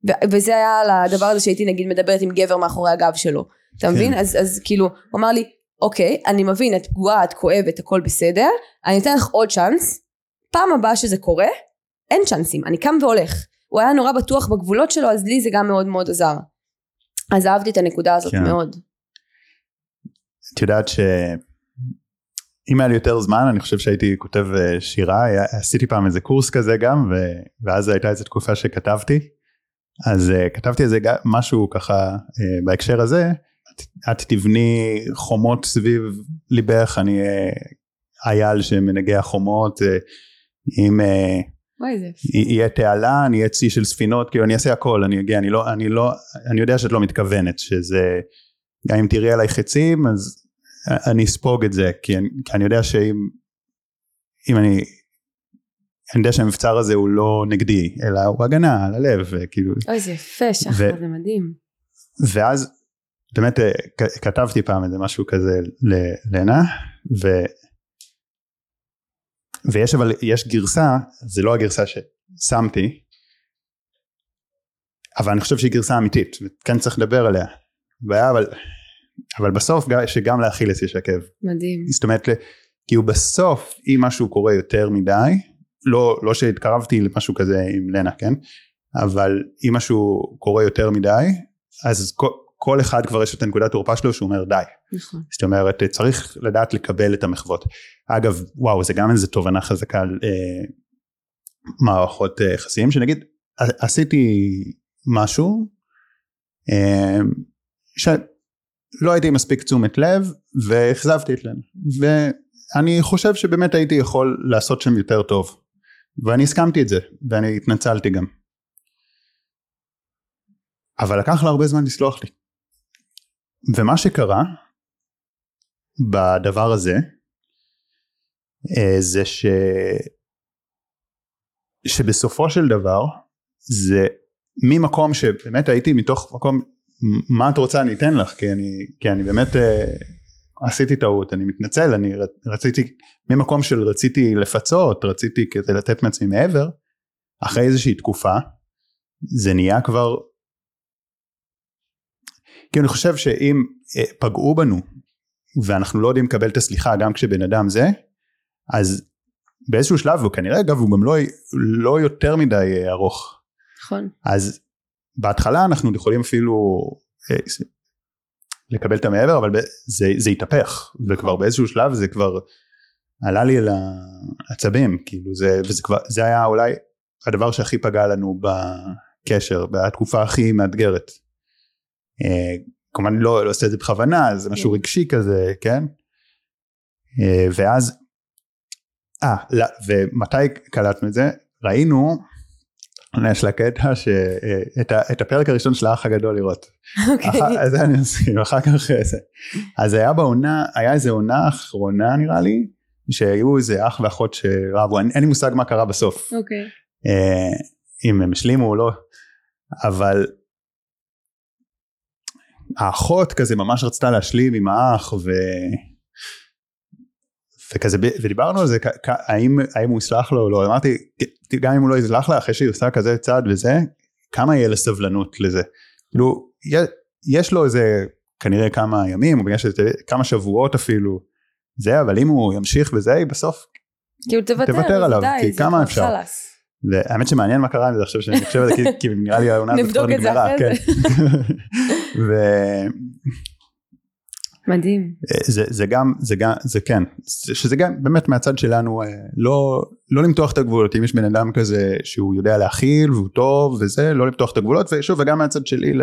ו- וזה היה על הדבר הזה שהייתי נגיד מדברת עם גבר מאחורי הגב שלו, אתה כן. מבין? אז, אז כאילו, הוא אמר לי, אוקיי, אני מבין, את פגועה, את כואבת, הכל בסדר, אני אתן לך עוד צ'אנס, פעם הבאה שזה קורה, אין צ'אנסים, אני קם והולך. הוא היה נורא בטוח בגבולות שלו, אז לי זה גם מאוד מאוד עזר. אז אהבתי את הנקודה הזאת כן. מאוד. את יודעת שאם היה לי יותר זמן, אני חושב שהייתי כותב שירה, עשיתי פעם איזה קורס כזה גם, ואז הייתה איזו תקופה שכתבתי, אז כתבתי איזה משהו ככה בהקשר הזה, את תבני חומות סביב ליבך, אני אייל שמנגע חומות, אם יהיה תעלה, אני אהיה צי של ספינות, כאילו אני אעשה הכל, אני אגיע, אני לא, אני לא, אני יודע שאת לא מתכוונת, שזה, גם אם תראי עליי חצים, אז אני אספוג את זה, כי אני, כי אני יודע שאם, אם אני, אני יודע שהמבצר הזה הוא לא נגדי, אלא הוא הגנה על הלב, כאילו. אוי, זה יפה, שחר, זה מדהים. ואז, באמת, כתבתי פעם איזה משהו כזה ללנה, ו... ויש אבל, יש גרסה, זה לא הגרסה ששמתי, אבל אני חושב שהיא גרסה אמיתית, וכאן צריך לדבר עליה, אבל, אבל בסוף שגם לאכילס יש עקב. מדהים. זאת אומרת, כי הוא בסוף, אם משהו קורה יותר מדי, לא, לא שהתקרבתי למשהו כזה עם לנה, כן? אבל אם משהו קורה יותר מדי, אז כל, כל אחד כבר יש את הנקודת תורפה שלו שהוא אומר די. נכון. זאת אומרת, צריך לדעת לקבל את המחוות. אגב, וואו, זה גם איזו תובנה חזקה על אה, מערכות אה, יחסיים, שנגיד, עשיתי משהו, אה, שלא הייתי מספיק תשומת לב, והחזבתי את לנה. ואני חושב שבאמת הייתי יכול לעשות שם יותר טוב. ואני הסכמתי את זה, ואני התנצלתי גם. אבל לקח לה הרבה זמן לסלוח לי. ומה שקרה בדבר הזה, זה ש... שבסופו של דבר, זה ממקום שבאמת הייתי מתוך מקום, מה את רוצה אני אתן לך, כי אני, כי אני באמת עשיתי טעות, אני מתנצל, אני רציתי, ממקום של רציתי לפצות, רציתי כדי לתת מעצמי מעבר, אחרי איזושהי תקופה, זה נהיה כבר, כי אני חושב שאם פגעו בנו, ואנחנו לא יודעים לקבל את הסליחה, גם כשבן אדם זה, אז באיזשהו שלב, וכנראה אגב, הוא גם לא, לא יותר מדי ארוך. נכון. אז בהתחלה אנחנו יכולים אפילו לקבל את המעבר, אבל זה, זה יתהפך, וכבר באיזשהו שלב זה כבר עלה לי על העצבים, כאילו זה, וזה כבר, זה היה אולי הדבר שהכי פגע לנו בקשר, בתקופה הכי מאתגרת. כמובן לא, לא עושה את זה בכוונה, זה משהו רגשי כזה, כן? ואז, אה, ומתי קלטנו את זה? ראינו, יש לה קטע שאת הפרק הראשון של האח הגדול לראות. אוקיי. אז אני מסכים, אחר כך זה. אז היה בעונה, היה איזה עונה אחרונה נראה לי, שהיו איזה אח ואחות שרבו, אין לי מושג מה קרה בסוף. אוקיי. אם הם השלימו או לא, אבל האחות כזה ממש רצתה להשלים עם האח, ו... וכזה, ודיברנו על זה, האם, האם הוא יסלח לו או לא, אמרתי, גם אם הוא לא יסלח לה, אחרי שהיא עושה כזה צעד וזה, כמה יהיה לסבלנות לזה, כאילו, יש לו איזה, כנראה כמה ימים, או יש איזה כמה שבועות אפילו, זה, אבל אם הוא ימשיך וזה, בסוף, כאילו תוותר, תוותר עליו, די, כי כמה אפשר, חלס. והאמת שמעניין מה קרה עם זה, עכשיו שאני חושב על זה, כי, כי נראה לי העונה הזאת כבר נגמרה, כן. ו... מדהים. זה, זה גם, זה גם, זה כן, שזה גם באמת מהצד שלנו, לא, לא למתוח את הגבולות, אם יש בן אדם כזה שהוא יודע להכיל והוא טוב וזה, לא למתוח את הגבולות, ושוב, וגם מהצד שלי,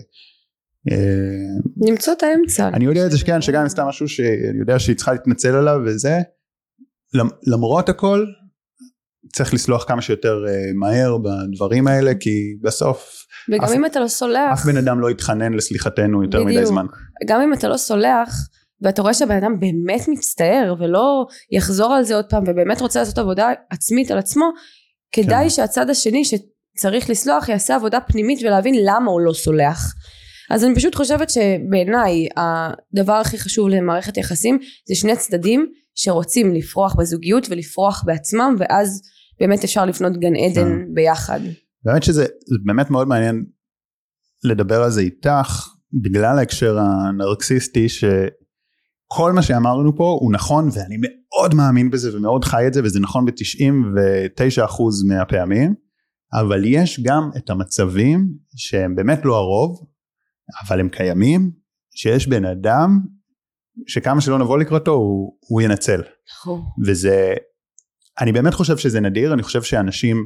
למצוא את האמצע. אני יודע את זה שכן, שגם סתם משהו שאני יודע שהיא צריכה להתנצל עליו וזה, למרות הכל, צריך לסלוח כמה שיותר מהר בדברים האלה, כי בסוף, וגם אף, אם אתה לא סולח, אף בן אדם לא יתחנן לסליחתנו יותר בדיוק. מדי זמן. גם אם אתה לא סולח, ואתה רואה שהבן אדם באמת מצטער, ולא יחזור על זה עוד פעם, ובאמת רוצה לעשות עבודה עצמית על עצמו, כדאי כן. שהצד השני שצריך לסלוח, יעשה עבודה פנימית, ולהבין למה הוא לא סולח. אז אני פשוט חושבת שבעיניי, הדבר הכי חשוב למערכת יחסים, זה שני צדדים שרוצים לפרוח בזוגיות, ולפרוח בעצמם, ואז באמת אפשר לפנות גן עדן כן. ביחד. באמת שזה באמת מאוד מעניין לדבר על זה איתך, בגלל ההקשר הנרקסיסטי, שכל מה שאמרנו פה הוא נכון, ואני מאוד מאמין בזה ומאוד חי את זה, וזה נכון ב-תשעים ותשעה אחוז מהפעמים, אבל יש גם את המצבים שהם באמת לא הרוב, אבל הם קיימים, שיש בן אדם שכמה שלא נבוא לקראתו הוא, הוא ינצל. וזה, אני באמת חושב שזה נדיר, אני חושב שאנשים...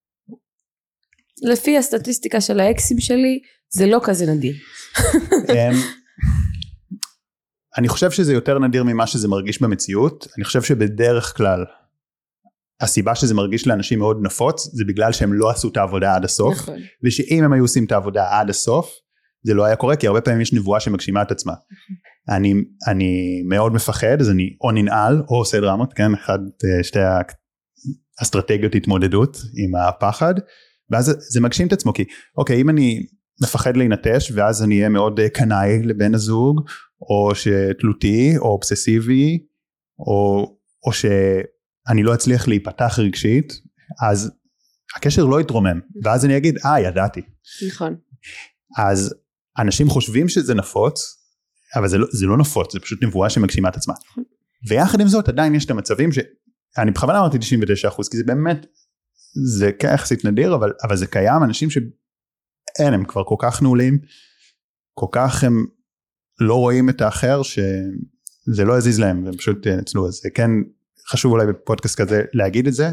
לפי הסטטיסטיקה של האקסים שלי, זה לא כזה נדיר. אני חושב שזה יותר נדיר ממה שזה מרגיש במציאות, אני חושב שבדרך כלל, הסיבה שזה מרגיש לאנשים מאוד נפוץ, זה בגלל שהם לא עשו את העבודה עד הסוף, נכון. ושאם הם היו עושים את העבודה עד הסוף, זה לא היה קורה, כי הרבה פעמים יש נבואה שמגשימה את עצמה. אני, אני מאוד מפחד, אז אני או ננעל, או עושה דרמות, כן, אחד, שתי האסטרטגיות התמודדות עם הפחד, ואז זה מגשים את עצמו, כי, אוקיי, אם אני מפחד להינטש, ואז אני אהיה מאוד קנאי לבן הזוג, או שתלותי, או אובססיבי, או, או שאני לא אצליח להיפתח רגשית, אז הקשר לא יתרומם, ואז אני אגיד, אה, ידעתי. נכון. אז אנשים חושבים שזה נפוץ, אבל זה לא, זה לא נפוץ, זה פשוט נבואה שמגשימה את עצמה. ויחד עם זאת, עדיין יש את המצבים שאני בכוונה אמרתי תשעים ותשעה אחוז, כי זה באמת, זה כיחסית נדיר, אבל, אבל זה קיים, אנשים שאין, הם כבר כל כך נעולים, כל כך הם לא רואים את האחר, שזה לא יזיז להם, והם פשוט נצלו. אז כן, חשוב אולי בפודקאסט כזה להגיד את זה,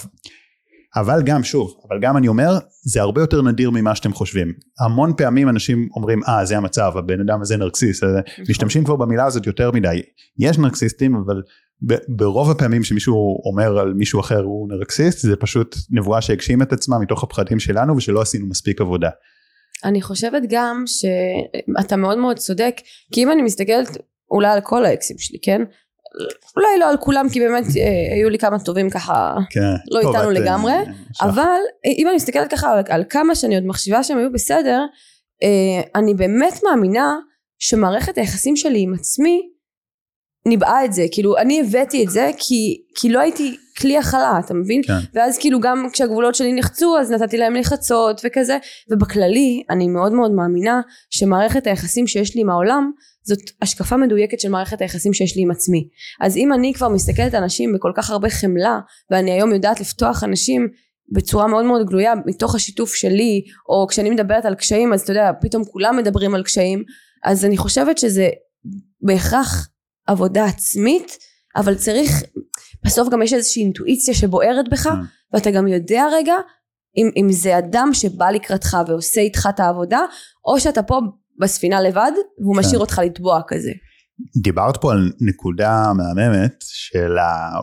אבל גם, שוב, אבל גם אני אומר, זה הרבה יותר נדיר ממה שאתם חושבים. המון פעמים אנשים אומרים, אה, זה המצב, הבן אדם הזה נרקסיסט, משתמשים כבר במילה הזאת יותר מדי. יש נרקסיסטים, אבל ברוב הפעמים שמישהו אומר על מישהו אחר הוא נרקסיסט, זה פשוט נבואה שהגשים את עצמה מתוך הפחדים שלנו, ושלא עשינו מספיק עבודה. אני חושבת גם שאתה מאוד מאוד צודק, כי אם אני מסתכלת אולי על כל האקסים שלי, כן? אולי לא על כולם, כי באמת אה, היו לי כמה טובים ככה, כן, לא איתנו לגמרי, אה, אבל אם אני מסתכלת ככה על, על כמה שאני עוד מחשיבה שהם היו בסדר, אה, אני באמת מאמינה שמערכת היחסים שלי עם עצמי ניבאה את זה, כאילו אני הבאתי את זה כי, כי לא הייתי כלי החלה, אתה מבין? כן. ואז כאילו גם כשהגבולות שלי נחצו, אז נתתי להם לחצות וכזה, ובכללי אני מאוד מאוד מאמינה שמערכת היחסים שיש לי עם העולם, זאת השקפה מדויקת של מערכת היחסים שיש לי עם עצמי. אז אם אני כבר מסתכלת אנשים בכל כך הרבה חמלה, ואני היום יודעת לפתוח אנשים בצורה מאוד מאוד גלויה, מתוך השיתוף שלי, או כשאני מדברת על קשיים, אז אתה יודע, פתאום כולם מדברים על קשיים, אז אני חושבת שזה בהכרח עבודה עצמית, אבל צריך, בסוף גם יש איזושהי אינטואיציה שבוערת בך, ואתה גם יודע רגע, אם, אם זה אדם שבא לקראתך ועושה איתך את העבודה, או שאתה פה בספינה לבד, והוא משאיר אותך לטבוע כזה. דיברת פה על נקודה מהממת, של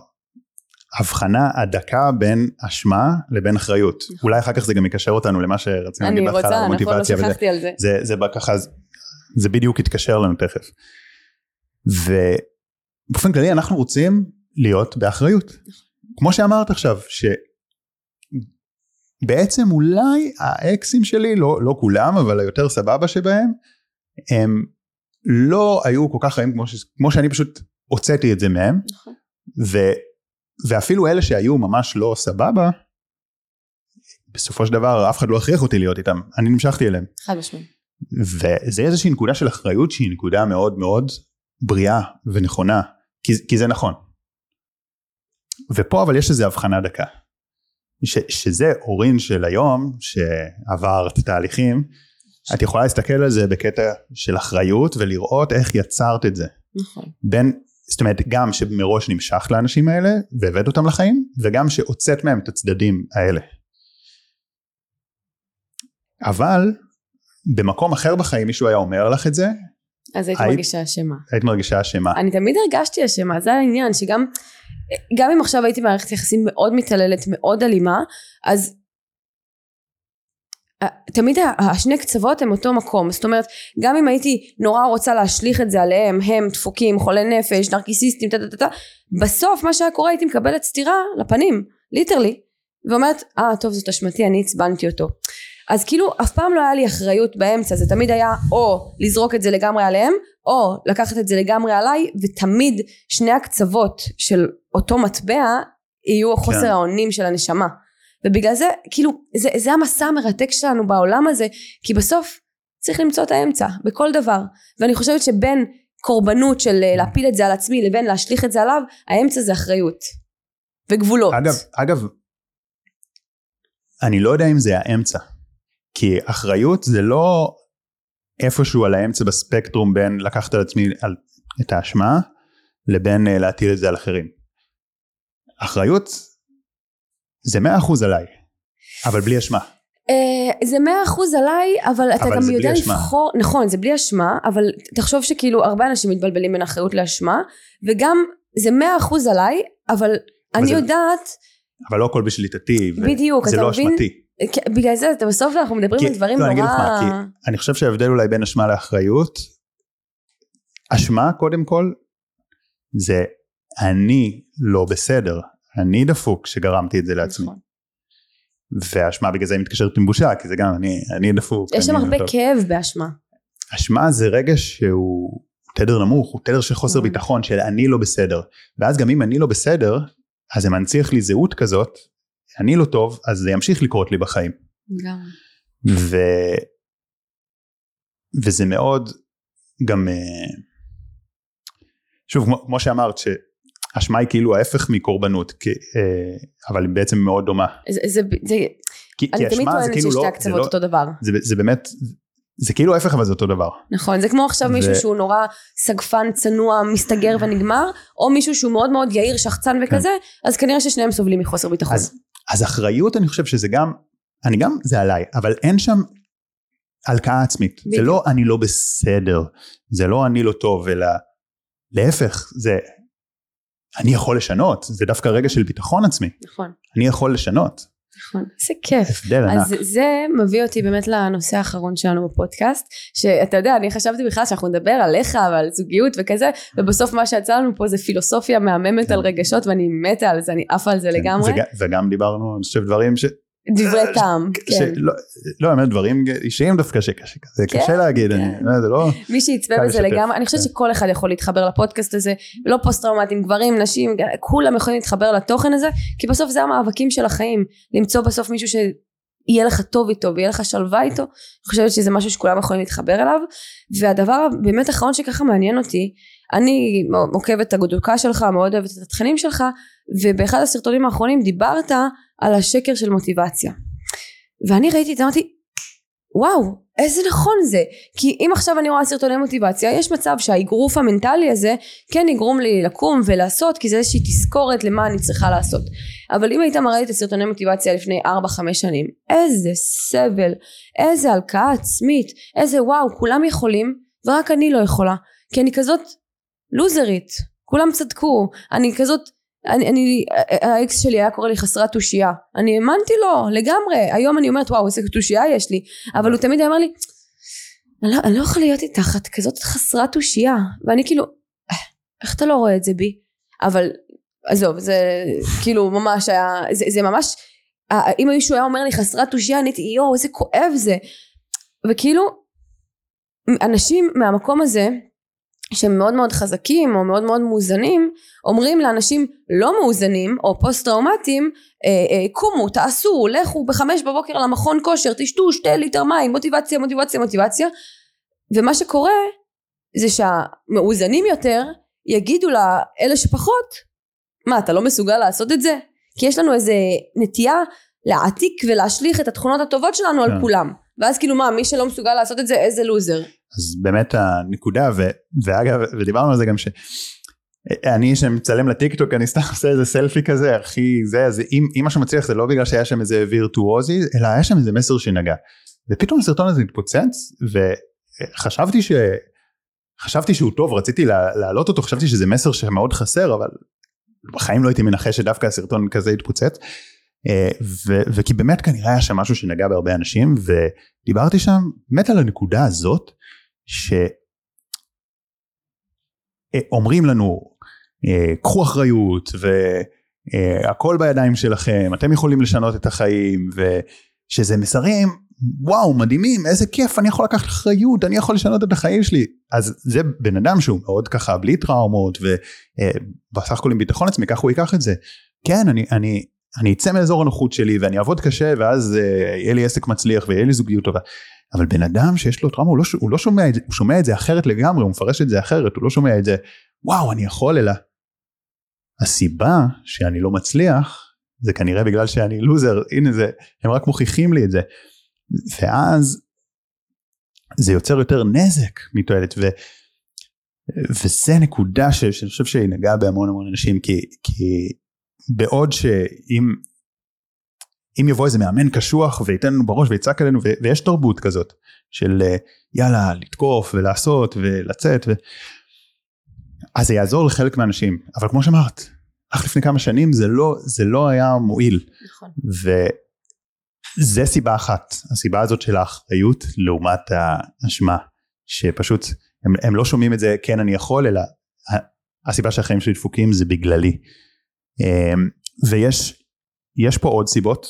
ההבחנה הדקה בין אשמה לבין אחריות. אולי אחר כך זה גם יקשר אותנו למה שרצינו להגיד בהתחלה, אני רוצה, נכון, לא שכחתי על זה. זה, זה ככה, זה בדיוק יתקשר לנו תכף. ובאופן כללי אנחנו רוצים להיות באחריות. כמו שאמרת עכשיו, שבעצם אולי האקסים שלי, לא, לא כולם, אבל היותר סבבה שבהם, הם לא היו כל כך חיים כמו, ש, כמו שאני פשוט הוצאתי את זה מהם, ו, ואפילו אלה שהיו ממש לא סבבה, בסופו של דבר אף אחד לא הכריח אותי להיות איתם, אני נמשכתי אליהם. חד משמעית. וזה איזושהי נקודה של אחריות שהיא נקודה מאוד מאוד בריאה ונכונה, כי, כי זה נכון. ופה אבל יש איזו הבחנה דקה, ש, שזה אורין של היום, שעברת תהליכים, את יכולה להסתכל על זה בקטע של אחריות, ולראות איך יצרת את זה. נכון. בין, זאת אומרת, גם שמראש נמשך לאנשים האלה, והבאת אותם לחיים, וגם שהוצאת מהם את הצדדים האלה. אבל, במקום אחר בחיים, מישהו היה אומר לך את זה, אז היית מרגישה אשמה. היית מרגישה אשמה. אני תמיד הרגשתי אשמה, זה העניין, שגם, גם אם עכשיו הייתי מערכת יחסים מאוד מתעללת, מאוד אלימה, אז תמיד השני קצוות הם אותו מקום, זאת אומרת, גם אם הייתי נורא רוצה להשליך את זה עליהם, הם דפוקים, חולי נפש, נרקיסיסטים, טטטטט, בסוף מה שהיה קורה הייתי מקבלת סתירה לפנים, ליטרלי, ואומרת, אה, טוב, זאת אשמתי, אני הצבנתי אותו. אז כאילו, אף פעם לא היה לי אחריות באמצע, זה תמיד היה או לזרוק את זה לגמרי עליהם, או לקחת את זה לגמרי עליי, ותמיד שני הקצוות של אותו מטבע, יהיו חוסר כן. האונים של הנשמה. ובגלל זה, כאילו, זה, זה המסע המרתק שלנו בעולם הזה, כי בסוף, צריך למצוא את האמצע בכל דבר, ואני חושבת שבין קורבנות של להפיל את זה על עצמי לבין להשליך את זה עליו, האמצע זה אחריות וגבולות. אגב, אגב, אני לא יודע אם זה האמצע, כי אחריות זה לא איפשהו על האמצע בספקטרום בין לקחת על עצמי את האשמה, לבין להטיל את זה על אחרים. אחריות זה מאה אחוז עליי, אבל בלי אשמה. זה מאה אחוז עליי, אבל אתה גם יודע לבחור, נכון, זה בלי אשמה, אבל תחשוב שכאילו הרבה אנשים מתבלבלים בין אחריות לאשמה, וגם זה מאה אחוז עליי, אבל אני יודעת... אבל לא הכל בשליטתי, בדיוק, זה לא אשמתי. בגלל זה, בסוף אנחנו מדברים על דברים נורא... אני חושב שההבדל אולי בין אשמה לאחריות, אשמה קודם כל, זה אני לא בסדר, אני דפוק שגרמתי את זה לעצמי. והאשמה בגלל זה היא מתקשרת עם בושה, כי זה גם אני, אני דפוק. יש שם הרבה כאב באשמה. אשמה זה רגש שהוא תדר נמוך, הוא תדר של חוסר ביטחון, של אני לא בסדר. ואז גם אם אני לא בסדר, אז זה מנציח לי זהות כזאת, אני לא טוב, אז זה ימשיך לקרות לי בחיים. גם. ו... וזה מאוד גם, שוב, כמו, כמו שאמרת, שהאשמה היא כאילו ההפך מקורבנות, כי, אבל היא בעצם מאוד דומה. זה, זה, זה, כי, אני כי תמיד טוענת כאילו ששתי לא, הקצוות לא, אותו דבר. זה, זה באמת, זה כאילו ההפך, אבל זה אותו דבר. נכון, זה כמו עכשיו ו... מישהו שהוא נורא סגפן, צנוע, מסתגר ונגמר, או מישהו שהוא מאוד מאוד יאיר, שחצן וכזה, כן. אז כנראה ששניהם סובלים מחוסר ביטחון. אז, אז אחריות אני חושב שזה גם, אני גם, זה עליי, אבל אין שם הלקאה עצמית. בדיוק. זה לא אני לא בסדר, זה לא אני לא טוב, אלא להפך, זה אני יכול לשנות, זה דווקא רגע של ביטחון עצמי. נכון. אני יכול לשנות. נכון, זה כיף. הבדל ענק. אז זה מביא אותי באמת לנושא האחרון שלנו בפודקאסט, שאתה יודע, אני חשבתי בכלל שאנחנו נדבר עליך ועל זוגיות וכזה, ובסוף מה שיצא לנו פה זה פילוסופיה מהממת על רגשות, ואני מתה על זה, אני עפה על זה לגמרי. וגם דיברנו, אני חושב, דברים ש... דברי טעם, כן. לא, באמת, דברים אישיים דווקא שקשה, זה קשה להגיד, זה לא... מי שיצפה בזה לגמרי, אני חושבת שכל אחד יכול להתחבר לפודקאסט הזה, לא פוסט-טראומטיים, גברים, נשים, כולם יכולים להתחבר לתוכן הזה, כי בסוף זה המאבקים של החיים, למצוא בסוף מישהו שיהיה לך טוב איתו, ויהיה לך שלווה איתו, אני חושבת שזה משהו שכולם יכולים להתחבר אליו, והדבר באמת האחרון שככה מעניין אותי, אני עוקבת את הגדולקה שלך, מאוד אוהבת את התכנים שלך, ובאחד הסרטונים האחרונים דיברת על השקר של מוטיבציה. ואני ראיתי את זה, אמרתי, וואו, איזה נכון זה. כי אם עכשיו אני רואה סרטוני מוטיבציה, יש מצב שהאגרוף המנטלי הזה, כן יגרום לי לקום ולעשות, כי זה איזושהי תזכורת למה אני צריכה לעשות. אבל אם היית מראה את הסרטוני מוטיבציה לפני ארבע חמש שנים, איזה סבל, איזה הלקאה עצמית, איזה וואו, כולם יכולים, ורק אני לא יכולה. כי אני כזאת לוזרית, כולם צדקו, אני כזאת, אני, אני, האקס שלי היה קורא לי חסרת תושייה, אני האמנתי לו לגמרי, היום אני אומרת וואו איזה תושייה יש לי, אבל הוא תמיד אמר לי, אני לא, אני לא יכולה להיות איתך, את כזאת חסרת תושייה, ואני כאילו, איך אתה לא רואה את זה בי? אבל עזוב, זה כאילו ממש היה, זה, זה ממש, אם מישהו היה אומר לי חסרת תושייה, אני הייתי יואו איזה כואב זה, וכאילו, אנשים מהמקום הזה, שהם מאוד מאוד חזקים או מאוד מאוד מאוזנים, אומרים לאנשים לא מאוזנים או פוסט טראומטיים, אה, אה, קומו, תעשו, לכו בחמש בבוקר למכון כושר, תשתו שתי ליטר מים, מוטיבציה, מוטיבציה, מוטיבציה, ומה שקורה זה שהמאוזנים יותר יגידו לאלה שפחות, מה אתה לא מסוגל לעשות את זה? כי יש לנו איזה נטייה להעתיק ולהשליך את התכונות הטובות שלנו על כולם, ואז כאילו מה, מי שלא מסוגל לעשות את זה, איזה לוזר. אז באמת הנקודה, ו, ואגב, ודיברנו על זה גם ש... אני שמצלם לטיקטוק, אני סתם עושה איזה סלפי כזה, הכי זה, אז אם, אם משהו מצליח, זה לא בגלל שהיה שם איזה וירטואוזי, אלא היה שם איזה מסר שנגע. ופתאום הסרטון הזה התפוצץ, וחשבתי ש... חשבתי שהוא טוב, רציתי להעלות אותו, חשבתי שזה מסר שמאוד חסר, אבל בחיים לא הייתי מנחש שדווקא הסרטון כזה התפוצץ, ו- וכי באמת כנראה היה שם משהו שנגע בהרבה אנשים, ודיברתי שם באמת על הנקודה הזאת, שאומרים לנו, קחו אחריות, והכל בידיים שלכם, אתם יכולים לשנות את החיים, ושזה מסרים, וואו, מדהימים, איזה כיף, אני יכול לקחת אחריות, אני יכול לשנות את החיים שלי. אז זה בן אדם שהוא מאוד ככה, בלי טראומות, ובסך הכל עם ביטחון עצמי, כך הוא ייקח את זה. כן, אני, אני, אני אצא מאזור הנוחות שלי, ואני אעבוד קשה, ואז uh, יהיה לי עסק מצליח, ויהיה לי זוגיות טובה. אבל בן אדם שיש לו טראומה, הוא לא, הוא לא שומע את זה, הוא שומע את זה אחרת לגמרי, הוא מפרש את זה אחרת, הוא לא שומע את זה, וואו, אני יכול, אלא הסיבה שאני לא מצליח, זה כנראה בגלל שאני לוזר, הנה זה, הם רק מוכיחים לי את זה, ואז זה יוצר יותר נזק מתועלת, ו, וזה נקודה ש, שאני חושב שהיא נגעה בהמון המון אנשים, כי, כי בעוד שאם אם יבוא איזה מאמן קשוח וייתן לנו בראש ויצעק עלינו, ו, ויש תרבות כזאת של יאללה לתקוף ולעשות ולצאת, ו... אז זה יעזור לחלק מהאנשים, אבל כמו שאמרת, אך לפני כמה שנים זה לא, זה לא היה מועיל, נכון. וזה סיבה אחת, הסיבה הזאת של האחריות לעומת האשמה, שפשוט הם, הם לא שומעים את זה כן אני יכול, אלא הסיבה שהחיים שלי דפוקים זה בגללי, ויש יש פה עוד סיבות,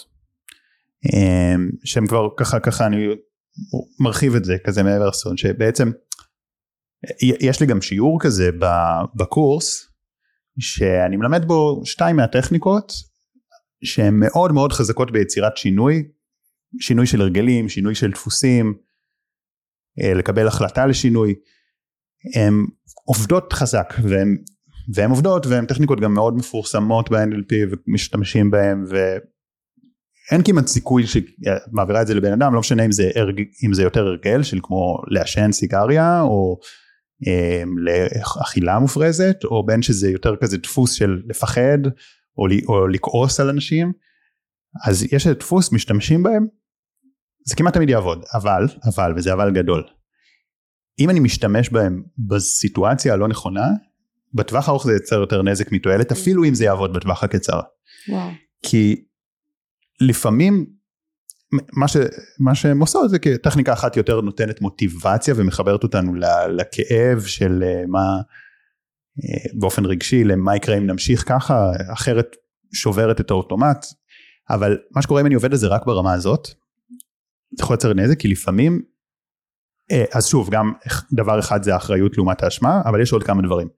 שהם כבר ככה ככה אני מרחיב את זה כזה מעבר לסון, שבעצם יש לי גם שיעור כזה בקורס, שאני מלמד בו שתיים מהטכניקות, שהן מאוד מאוד חזקות ביצירת שינוי, שינוי של הרגלים, שינוי של דפוסים, לקבל החלטה לשינוי, הן עובדות חזק, והן, והן עובדות, והן טכניקות גם מאוד מפורסמות ב-אן אל פי, ומשתמשים בהן, ואין כמעט סיכוי שמעבירה את זה לבן אדם, לא משנה אם זה, אם זה יותר הרגל, של כמו לעשן סיגריה, או לאכילה מופרזת, או בין שזה יותר כזה דפוס של לפחד, או, או לכעוס על אנשים, אז יש איזה דפוס, משתמשים בהם, זה כמעט תמיד יעבוד, אבל, אבל, וזה אבל גדול, אם אני משתמש בהם בסיטואציה הלא נכונה, בטווח הארוך זה יצר יותר נזק מתועלת, אפילו אם זה יעבוד בטווח הקצר. וואו. כי לפעמים, מה, ש, מה שהם עושות זה כטכניקה אחת יותר נותנת מוטיבציה, ומחברת אותנו לכאב של מה, באופן רגשי, למה יקרה אם נמשיך ככה, אחרת שוברת את האוטומט, אבל מה שקורה אם אני עובד על זה רק ברמה הזאת, זה יכול לייצר נזק, כי לפעמים, אז שוב, גם דבר אחד זה האחריות לעומת האשמה, אבל יש עוד כמה דברים.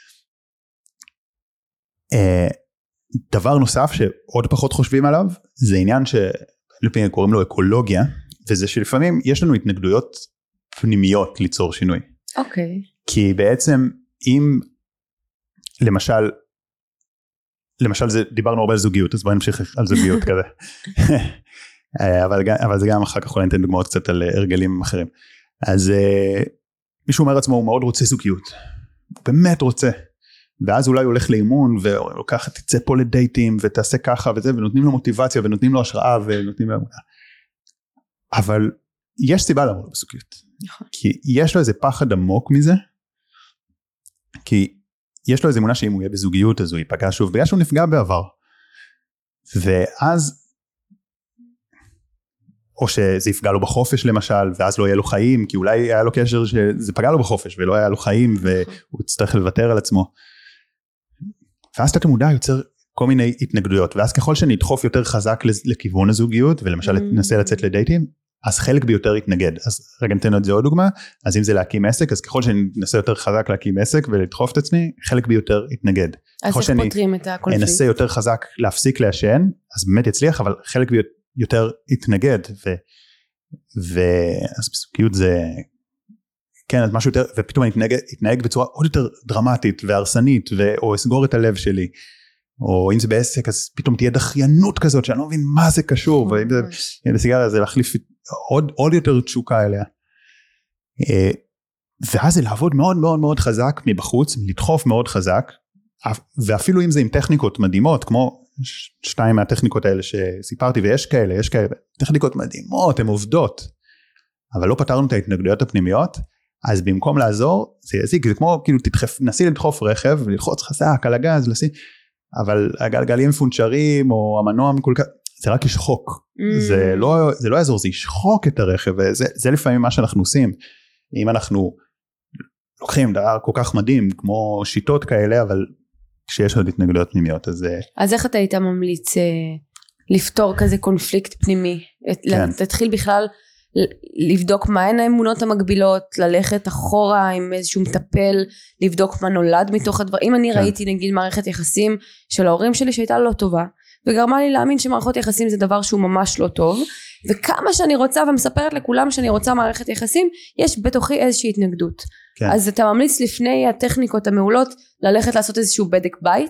דבר נוסף שעוד פחות חושבים עליו, זה עניין שלפעמים קוראים לו אקולוגיה, וזה שלפעמים יש לנו התנגדויות פנימיות ליצור שינוי. אוקיי. כי בעצם אם, למשל, למשל זה, דיברנו הרבה על זוגיות, אז בואי נמשיך על זוגיות כזה. אבל, אבל זה גם אחר כך אולי ניתן דוגמאות קצת על הרגלים אחרים. אז מישהו אומר עצמו, הוא מאוד רוצה זוגיות. הוא באמת רוצה. ואז אולי הוא הולך לאימון, ולוקח, תצא פה לדייטים, ותעשה ככה וזה, ונותנים לו מוטיבציה, ונותנים לו השראה, ונותנים לו אמונה. אבל יש סיבה לעמוד בזוגיות. כי יש לו איזה פחד עמוק מזה, כי יש לו איזה אמונה שאם הוא יהיה בזוגיות, אז הוא ייפגע שוב, בגלל שהוא נפגע בעבר. ואז, או שזה יפגע לו בחופש למשל, ואז לא יהיה לו חיים, כי אולי היה לו קשר שזה פגע לו בחופש, ולא היה לו חיים, והוא צריך לוותר על עצמו. ואז תת המודע יוצר כל מיני התנגדויות, ואז ככל שנדחוף יותר חזק לכיוון הזוגיות, ולמשל ננסה לצאת לדייטים, אז חלק ביותר יתנגד. אז רגע נתן את זה עוד דוגמה, אז אם זה להקים עסק, אז ככל שננסה יותר חזק להקים עסק, ולדחוף את עצמי, חלק ביותר יתנגד. אז איך פותרים את הקונפליקט? ננסה יותר חזק להפסיק לעשן, אז באמת יצליח, אבל חלק ביותר יתנגד, ו... ואז בזוגיות זה... כן, אז משהו יותר, ופתאום אני אתנהג, אתנהג בצורה עוד יותר דרמטית והרסנית, ו... או אסגור את הלב שלי, או אם זה בעסק, אז פתאום תהיה דחיינות כזאת, שאני לא מבין מה זה קשור, ואם זה בסיגריה, זה להחליף עוד, עוד יותר תשוקה אליה. ואז זה לעבוד מאוד מאוד מאוד חזק מבחוץ, לדחוף מאוד חזק, ואפילו אם זה עם טכניקות מדהימות, כמו שתיים מהטכניקות האלה שסיפרתי, ויש כאלה, יש כאלה, טכניקות מדהימות, הן עובדות, אבל לא פתרנו את ההתנגדויות הפנימיות, אז במקום לעזור, זה יזיק, זה כמו, כאילו, תדחף, נסי לדחוף רכב, וללחוץ חזק על הגז, לסי, אבל הגלגלים פונצ'רים, או המנוע מקולקל, זה רק ישחוק, mm. זה לא, זה לא יעזור, זה ישחוק את הרכב, וזה, זה לפעמים מה שאנחנו עושים, אם אנחנו לוקחים דבר כל כך מדהים, כמו שיטות כאלה, אבל כשיש עוד התנגדויות פנימיות, אז... אז איך אתה היית ממליץ לפתור כזה קונפליקט פנימי? כן. תתחיל בכלל לבדוק מה הן האמונות המקבילות, ללכת אחורה עם איזשהו מטפל, לבדוק מה נולד מתוך הדבר. אם אני כן. ראיתי נגיד מערכת יחסים של ההורים שלי שהייתה לא טובה, וגרמה לי להאמין שמערכות יחסים זה דבר שהוא ממש לא טוב, וכמה שאני רוצה ומספרת לכולם שאני רוצה מערכת יחסים, יש בתוכי איזושהי התנגדות. כן. אז אתה ממליץ לפני הטכניקות המעולות ללכת לעשות איזשהו בדק בית?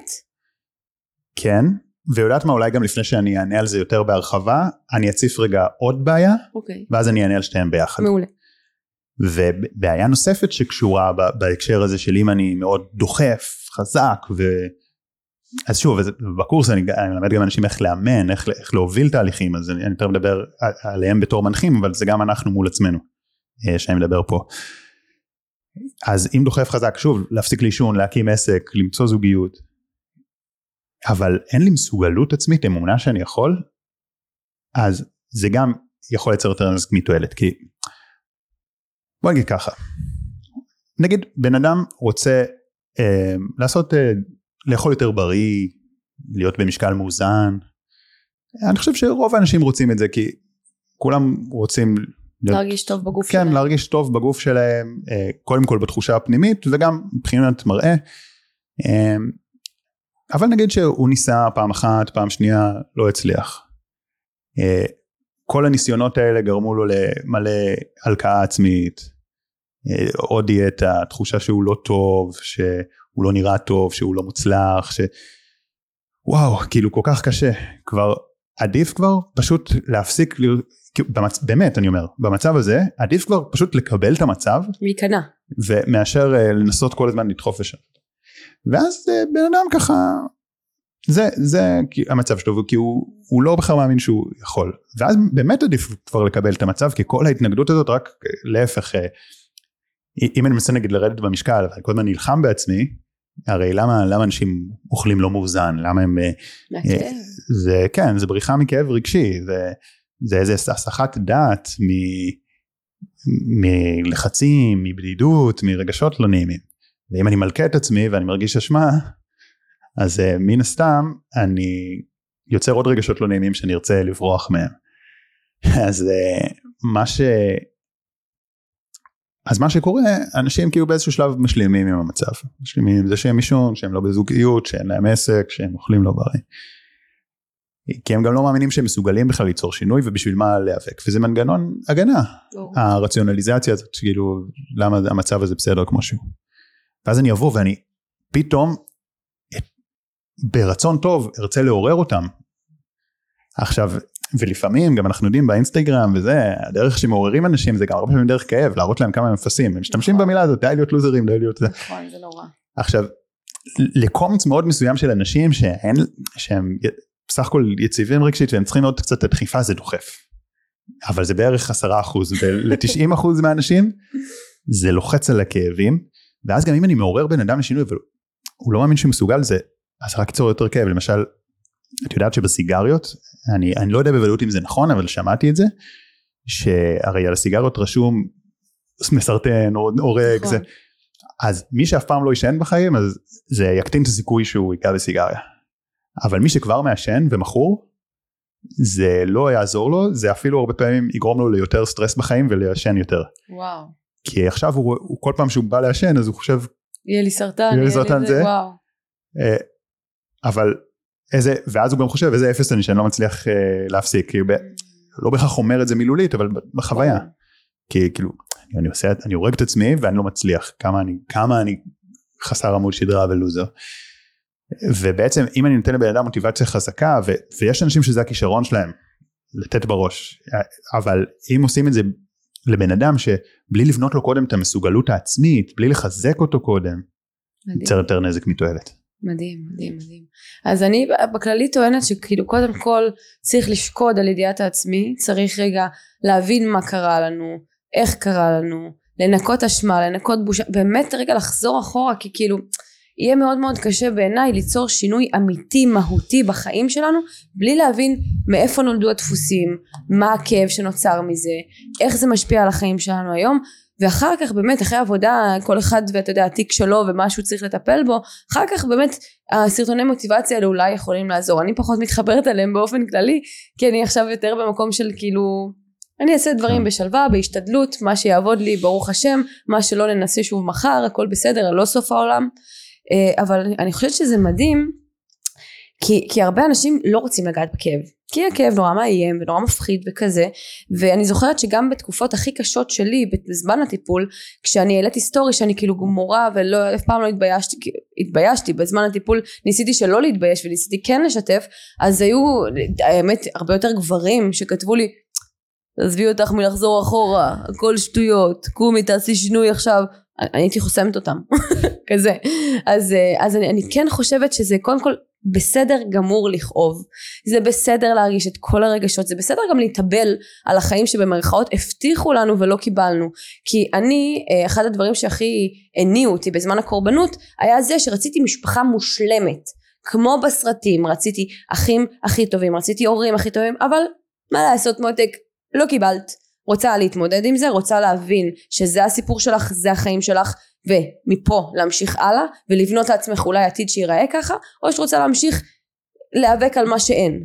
כן, ויודעת מה, אולי גם לפני שאני אענה על זה יותר בהרחבה, אני אציף רגע עוד בעיה, אוקיי. ואז אני אענה על שתיהם ביחד. מעולה. ובעיה נוספת שקשורה בהקשר הזה של אם אני מאוד דוחף, חזק, ו... אז שוב, בקורס אני, אני מלמד גם אנשים איך לאמן, איך, איך להוביל תהליכים, אז אני, אני יותר מדבר עליהם בתור מנחים, אבל זה גם אנחנו מול עצמנו, שאני מדבר פה. אז אם דוחף חזק, שוב, להפסיק לישון, להקים עסק, למצוא זוגיות, אבל אין לי מסוגלות עצמית, אמונה שאני יכול, אז זה גם יכול לייצר יותר נזק מתועלת, כי בוא נגיד ככה, נגיד בן אדם רוצה אה, לעשות, אה, לאכול יותר בריא, להיות במשקל מאוזן, אני חושב שרוב האנשים רוצים את זה, כי כולם רוצים להרגיש טוב בגוף כן, שלהם. כן, להרגיש טוב בגוף שלהם, אה, קודם כל בתחושה הפנימית, וגם מבחינת מראה, אה, אבל נגיד שהוא ניסה פעם אחת, פעם שנייה, לא הצליח. אה, כל הניסיונות האלה גרמו לו למלא הלקאה עצמית, עוד דיאטה, תחושה שהוא לא טוב, שהוא לא נראה טוב, שהוא לא מוצלח, ש... וואו, כאילו כל כך קשה, כבר עדיף כבר פשוט להפסיק, במצ... באמת אני אומר, במצב הזה, עדיף כבר פשוט לקבל את המצב, להיכנע. ומאשר לנסות כל הזמן לדחוף לשם. ואז בן אדם ככה, זה, זה המצב שלו, כי הוא, הוא לא בכלל מאמין שהוא יכול, ואז באמת עדיף כבר לקבל את המצב, כי כל ההתנגדות הזאת רק להפך, אם אני מנסה נגיד לרדת במשקל, אבל כל הזמן נלחם בעצמי, הרי למה, למה אנשים אוכלים לא מאוזן, למה הם, זה, כן, זה בריחה מכאב רגשי, זה, זה איזה הסחת דעת, מ, מלחצים, מבדידות, מרגשות לא נעימים, ואם אני מלכה את עצמי, ואני מרגיש אשמה, אז uh, מן הסתם אני יוצר עוד רגשות לא נעימים שאני ארצה לברוח מהם. אז uh, מה ש... אז מה שקורה, אנשים כאילו באיזשהו שלב משלימים עם המצב. משלימים עם זה שהם מישון, שהם לא בזוגיות, שאין להם עסק, שהם אוכלים לא בריא. כי הם גם לא מאמינים שהם מסוגלים בכלל ליצור שינוי, ובשביל מה להיאבק. וזה מנגנון הגנה. Oh. הרציונליזציה הזאת, כאילו, למה המצב הזה בסדר כמו שהוא. ואז אני אבוא ואני פתאום, ברצון טוב, ארצה לעורר אותם. עכשיו, ולפעמים, גם אנחנו יודעים באינסטגרם וזה, הדרך שמעוררים אנשים, זה גם הרבה פעמים דרך כאב, להראות להם כמה הם מפסים, הם משתמשים במילה הזאת, די להיות לוזרים, די להיות זה. נכון, זה נורא. עכשיו, לקומץ מאוד מסוים של אנשים, שאין, שהם בסך הכל יציבים רגשית, והם צריכים עוד קצת הדחיפה, זה דוחף. אבל זה בערך עשרה אחוז, ול-תשעים אחוז מהאנשים, זה לוחץ על הכאבים, ואז גם אם אני מעורר בן אדם לשינוי, אבל הוא לא מאמין שהוא מסוגל לזה, אז רק ייצור יותר כאב. למשל, את יודעת שבסיגריות, אני, אני לא יודע בוודאות אם זה נכון, אבל שמעתי את זה, שהרי על הסיגריות רשום מסרטן, הורג, זה. אז מי שאף פעם לא ישן בחיים, אז זה יקטין את הסיכוי שהוא ייגע בסיגריה. אבל מי שכבר מעשן ומכור, זה לא יעזור לו, זה אפילו הרבה פעמים יגרום לו ליותר סטרס בחיים וליישן יותר. וואו. כי עכשיו הוא, הוא כל פעם שהוא בא לעשן, אז הוא חושב, יהיה לי סרטן, יהיה לי סרטן זה, וואו. אבל איזה, ואז הוא גם חושב, איזה אפס אני שאני לא מצליח להפסיק, כי לא בכך אומר את זה מילולית, אבל בחוויה. כי כאילו, אני עושה, אני הורג את עצמי, ואני לא מצליח, כמה אני, כמה אני חסר עמוד שדרה ולוזר. ובעצם, אם אני נותן לבן אדם מוטיבציה חזקה, ו, ויש אנשים שזה הכישרון שלהם, לתת בראש, אבל אם עושים את זה לבן אדם, שבלי לבנות לו קודם את המסוגלות העצמית, בלי לחזק אותו קודם, יצר יותר נזק מתועלת. מדהים, מדהים, מדהים. אז אני בכללי טוענת שכאילו קודם כל צריך לשקוד על ידיעת העצמי, צריך רגע להבין מה קרה לנו, איך קרה לנו, לנקות אשמה, לנקות בושה, באמת רגע לחזור אחורה, כי כאילו יהיה מאוד מאוד קשה בעיניי ליצור שינוי אמיתי, מהותי בחיים שלנו, בלי להבין מאיפה נולדו הדפוסים, מה הכאב שנוצר מזה, איך זה משפיע על החיים שלנו היום, ואחר כך באמת אחרי עבודה כל אחד ואתה יודע התיק שלו ומה שהוא צריך לטפל בו, אחר כך באמת הסרטוני מוטיבציה האלה אולי יכולים לעזור. אני פחות מתחברת עליהם באופן כללי, כי אני עכשיו יותר במקום של כאילו אני אעשה דברים בשלווה, בהשתדלות, מה שיעבוד לי ברוך השם, מה שלא ננסה שוב מחר, הכל בסדר, לא סוף העולם. אבל אני חושבת שזה מדהים, כי, כי הרבה אנשים לא רוצים לגעת בכאב, כי הכאב נורא מאיים ונורא מפחיד וכזה, ואני זוכרת שגם בתקופות הכי קשות שלי בזמן הטיפול, כשאני העליתי סטורי שאני כאילו גמורה ולא, אף פעם לא התביישתי, התביישתי בזמן הטיפול, ניסיתי שלא להתבייש וניסיתי כן לשתף, אז היו האמת הרבה יותר גברים שכתבו לי, תעזבי אותך מלחזור אחורה, הכל שטויות, קומי תעשי שינוי עכשיו, אני הייתי חוסמת אותם, כזה, אז, אז אני, אני כן חושבת שזה קודם כל בסדר גמור לכאוב, זה בסדר להרגיש את כל הרגשות, זה בסדר גם להתאבל על החיים שבמרכאות הבטיחו לנו ולא קיבלנו, כי אני, אחד הדברים שהכי הניעו אותי בזמן הקורבנות, היה זה שרציתי משפחה מושלמת, כמו בסרטים, רציתי אחים הכי טובים, רציתי הורים הכי טובים, אבל מה לעשות מותק, לא קיבלת, רוצה להתמודד עם זה, רוצה להבין שזה הסיפור שלך, זה החיים שלך, ומפה להמשיך הלאה, ולבנות לעצמך אולי עתיד שיראה ככה, או שרוצה להמשיך להיאבק על מה שאין.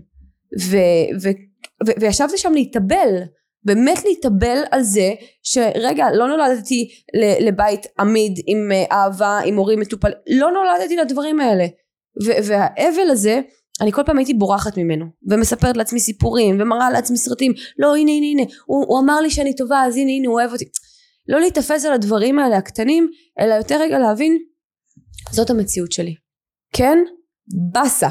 ו- ו- ו- וישבתי שם להתאבל, באמת להתאבל על זה, שרגע, לא נולדתי לבית עמיד, עם אהבה, עם הורים מטופל, לא נולדתי לדברים האלה. ו- והאבל הזה, אני כל פעם הייתי בורחת ממנו, ומספרת לעצמי סיפורים, ומראה לעצמי סרטים, לא הנה הנה הנה, הוא, הוא אמר לי שאני טובה, אז הנה הנה הוא אוהב אותי, לא להתאפס על הדברים האלה הקטנים, אלא יותר רגע להבין, זאת המציאות שלי, כן? בסה,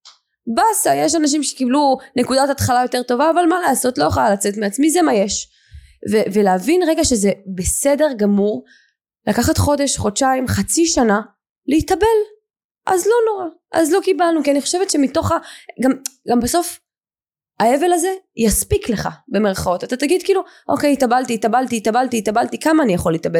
בסה, יש אנשים שקיבלו נקודת התחלה יותר טובה, אבל מה לעשות, לא יכולה לצאת מעצמי, זה מה יש, ו- ולהבין רגע שזה בסדר גמור, לקחת חודש, חודשיים, חצי שנה, להתאבל, אז לא נורא, אז לא קיבלנו, כי אני חושבת שמתוך ה... גם, גם בסוף, האבל הזה יספיק לך, במרכאות. אתה תגיד כאילו, אוקיי, התאבלתי, התאבלתי, התאבלתי, התאבלתי, כמה אני יכול להתאבל?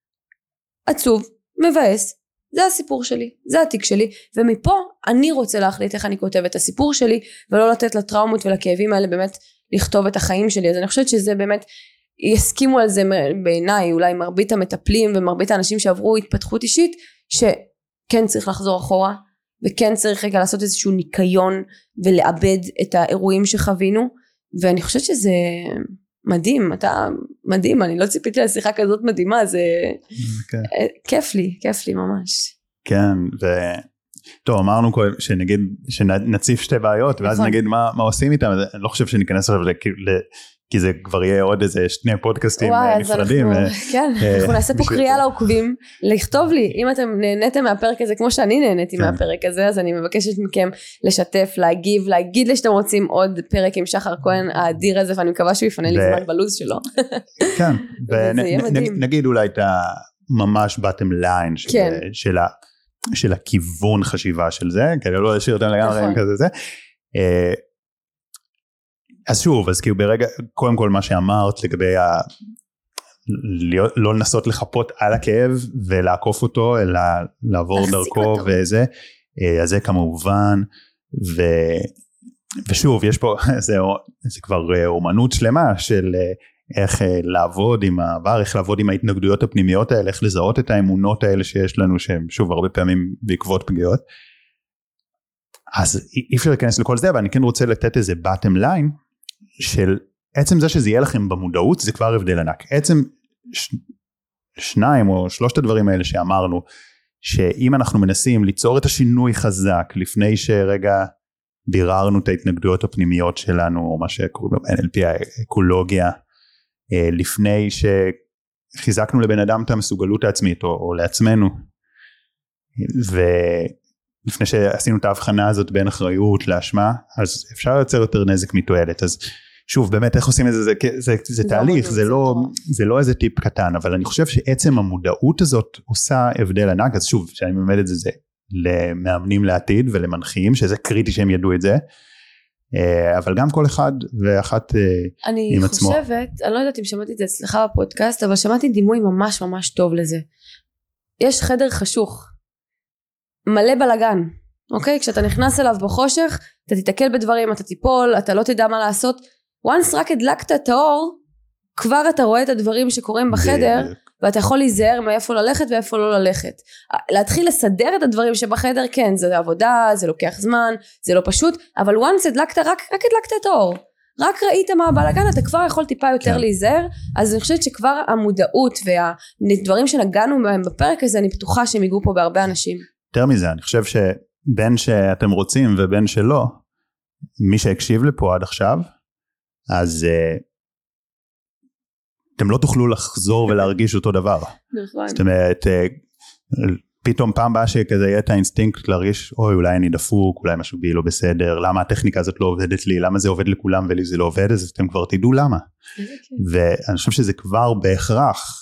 עצוב, מבאס, זה הסיפור שלי, זה התיק שלי, ומפה אני רוצה להחליט איך אני כותב את הסיפור שלי, ולא לתת לטראומות ולכאבים האלה באמת לכתוב את החיים שלי. אז אני חושבת שזה באמת, יסכימו על זה בעיניי, אולי מרבית המטפלים ומרבית האנשים שעברו התפתחות אישית, ש... כן צריך לחזור אחורה, וכן צריך רגע לעשות איזשהו ניקיון, ולאבד את האירועים שחווינו, ואני חושבת שזה מדהים, אתה מדהים, אני לא ציפיתי לשיחה כזאת מדהימה, זה okay. כיף לי, כיף לי ממש. כן, ו... טוב, אמרנו שנגיד, שנציף שתי בעיות, ואז נגיד מה, מה עושים איתם, אני לא חושב שניכנס עכשיו כי זה כבר יהיה עוד איזה שני פודקאסטים נפרדים. כן, אנחנו נעשה פה קריאה לעוקבים, לכתוב לי, אם אתם נהניתם מהפרק הזה, כמו שאני נהניתי מהפרק הזה, אז אני מבקשת מכם לשתף, להגיב, להגיד לי שאתם רוצים עוד פרק עם שחר כהן האדיר הזה, ואני מקווה שהוא יפנה לי זמן בלוז שלו. כן, ונגיד אולי את הממש בטם ליין של הכיוון חשיבה של זה, כדי לא להשאיר אותם לגמרי עם כזה זה. אז שוב, אז כאילו ברגע, קודם כל מה שאמרת לגבי ה... לא לנסות לחפות על הכאב ולעקוף אותו, אלא לעבור דרכו וזה, אז זה כמובן, ו... ושוב, יש פה, זה, זה כבר אומנות שלמה של איך לעבוד עם העבר, איך לעבוד עם ההתנגדויות הפנימיות האלה, איך לזהות את האמונות האלה שיש לנו, שהן שוב הרבה פעמים בעקבות פגיעות, אז אי אפשר להיכנס לכל זה, אבל אני כן רוצה לתת איזה bottom line, של עצם זה שזה יהיה לכם במודעות, זה כבר הבדל ענק. עצם ש... שניים או שלושת הדברים האלה שאמרנו, שאם אנחנו מנסים ליצור את השינוי חזק, לפני שרגע ביררנו את ההתנגדויות הפנימיות שלנו, או מה שקוראים ב-אן אל פי האקולוגיה, לפני שחיזקנו לבן אדם את המסוגלות העצמית, או, או לעצמנו, ולפני שעשינו את ההבחנה הזאת בין אחריות לאשמה, אז אפשר לייצר יותר נזק מתועלת. אז שוב, באמת איך עושים את זה, זה, זה, זה, זה תהליך, זה לא, זה לא איזה טיפ קטן, אבל אני חושב שעצם המודעות הזאת עושה הבדל ענק. אז שוב, שאני מלמד את זה, זה למאמנים לעתיד ולמנחים, שזה קריטי שהם ידעו את זה, אבל גם כל אחד ואחת עם עצמו. אני חושבת, אני לא יודעת אם שמעתי את זה אצלך בפודקאסט, אבל שמעתי דימוי ממש ממש טוב לזה. יש חדר חשוך, מלא בלגן, אוקיי? כשאתה נכנס אליו בחושך, אתה תתקל בדברים, אתה תיפול, אתה לא תדע מה לעשות. once רק הדלקת את האור, כבר אתה רואה את הדברים שקורים בחדר, ואתה יכול להיזהר מאיפה ללכת ואיפה לא ללכת. להתחיל לסדר את הדברים שבחדר, כן, זה עבודה, זה לוקח זמן, זה לא פשוט, אבל once הדלקת, רק, רק הדלקת את האור. רק ראית מה הבלגן, אתה כבר יכול טיפה יותר כן. להיזהר, אז אני חושבת שכבר המודעות והדברים שנגענו בהם בפרק הזה, אני בטוחה שהם ייגעו פה בהרבה אנשים. יותר מזה, אני חושב בין שאתם רוצים ובין שלא, מי שהקשיב לפה עד עכשיו, אז uh, אתם לא תוכלו לחזור ולהרגיש אותו דבר. נכון. זאת אומרת, uh, פתאום פעם באה שכזה יהיה את האינסטינקט להרגיש, אוי, אולי אני דפוק, אולי משהו בי לא בסדר, למה הטכניקה הזאת לא עובדת לי, למה זה עובד לכולם ולי זה לא עובד, אז אתם כבר תדעו למה. ואני חושב שזה כבר בהכרח,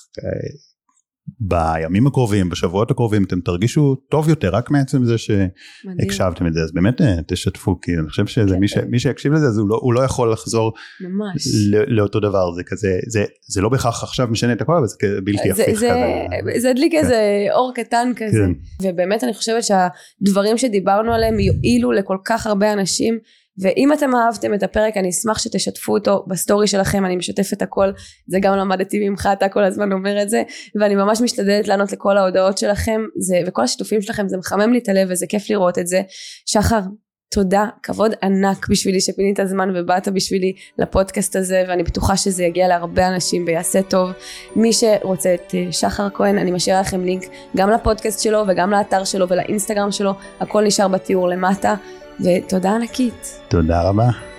בימים הקרובים, בשבועות הקרובים, אתם תרגישו טוב יותר, רק מעצם זה שהקשבתם את זה, אז באמת תשתפו, כי אני חושב שזה מי שיקשיב לזה, אז הוא לא יכול לחזור לאותו דבר, זה כזה, זה לא בהכרח עכשיו משנה את הכל, אבל זה בלתי הפיך כזה. זה הדליק איזה אור קטן כזה, ובאמת אני חושבת שהדברים שדיברנו עליהם יועילו לכל כך הרבה אנשים, ואם אתם אהבתם את הפרק אני אשמח שתשתפו אותו בסטורי שלכם, אני משתפת הכל, זה גם למדתי ממך, אתה כל הזמן אומר את זה, ואני ממש משתדלת לענות לכל ההודעות שלכם, זה, וכל השיתופים שלכם, זה מחמם לי את הלב וזה כיף לראות את זה. שחר, תודה, כבוד ענק בשבילי שפינית הזמן ובאת בשבילי לפודקאסט הזה, ואני בטוחה שזה יגיע להרבה אנשים ויעשה טוב. מי שרוצה את שחר כהן, אני משאירה לכם לינק גם לפודקאסט שלו וגם לאתר שלו ולאינסטגרם שלו, הכל נשאר בתיאור למטה. ותודה ענקית. תודה רבה.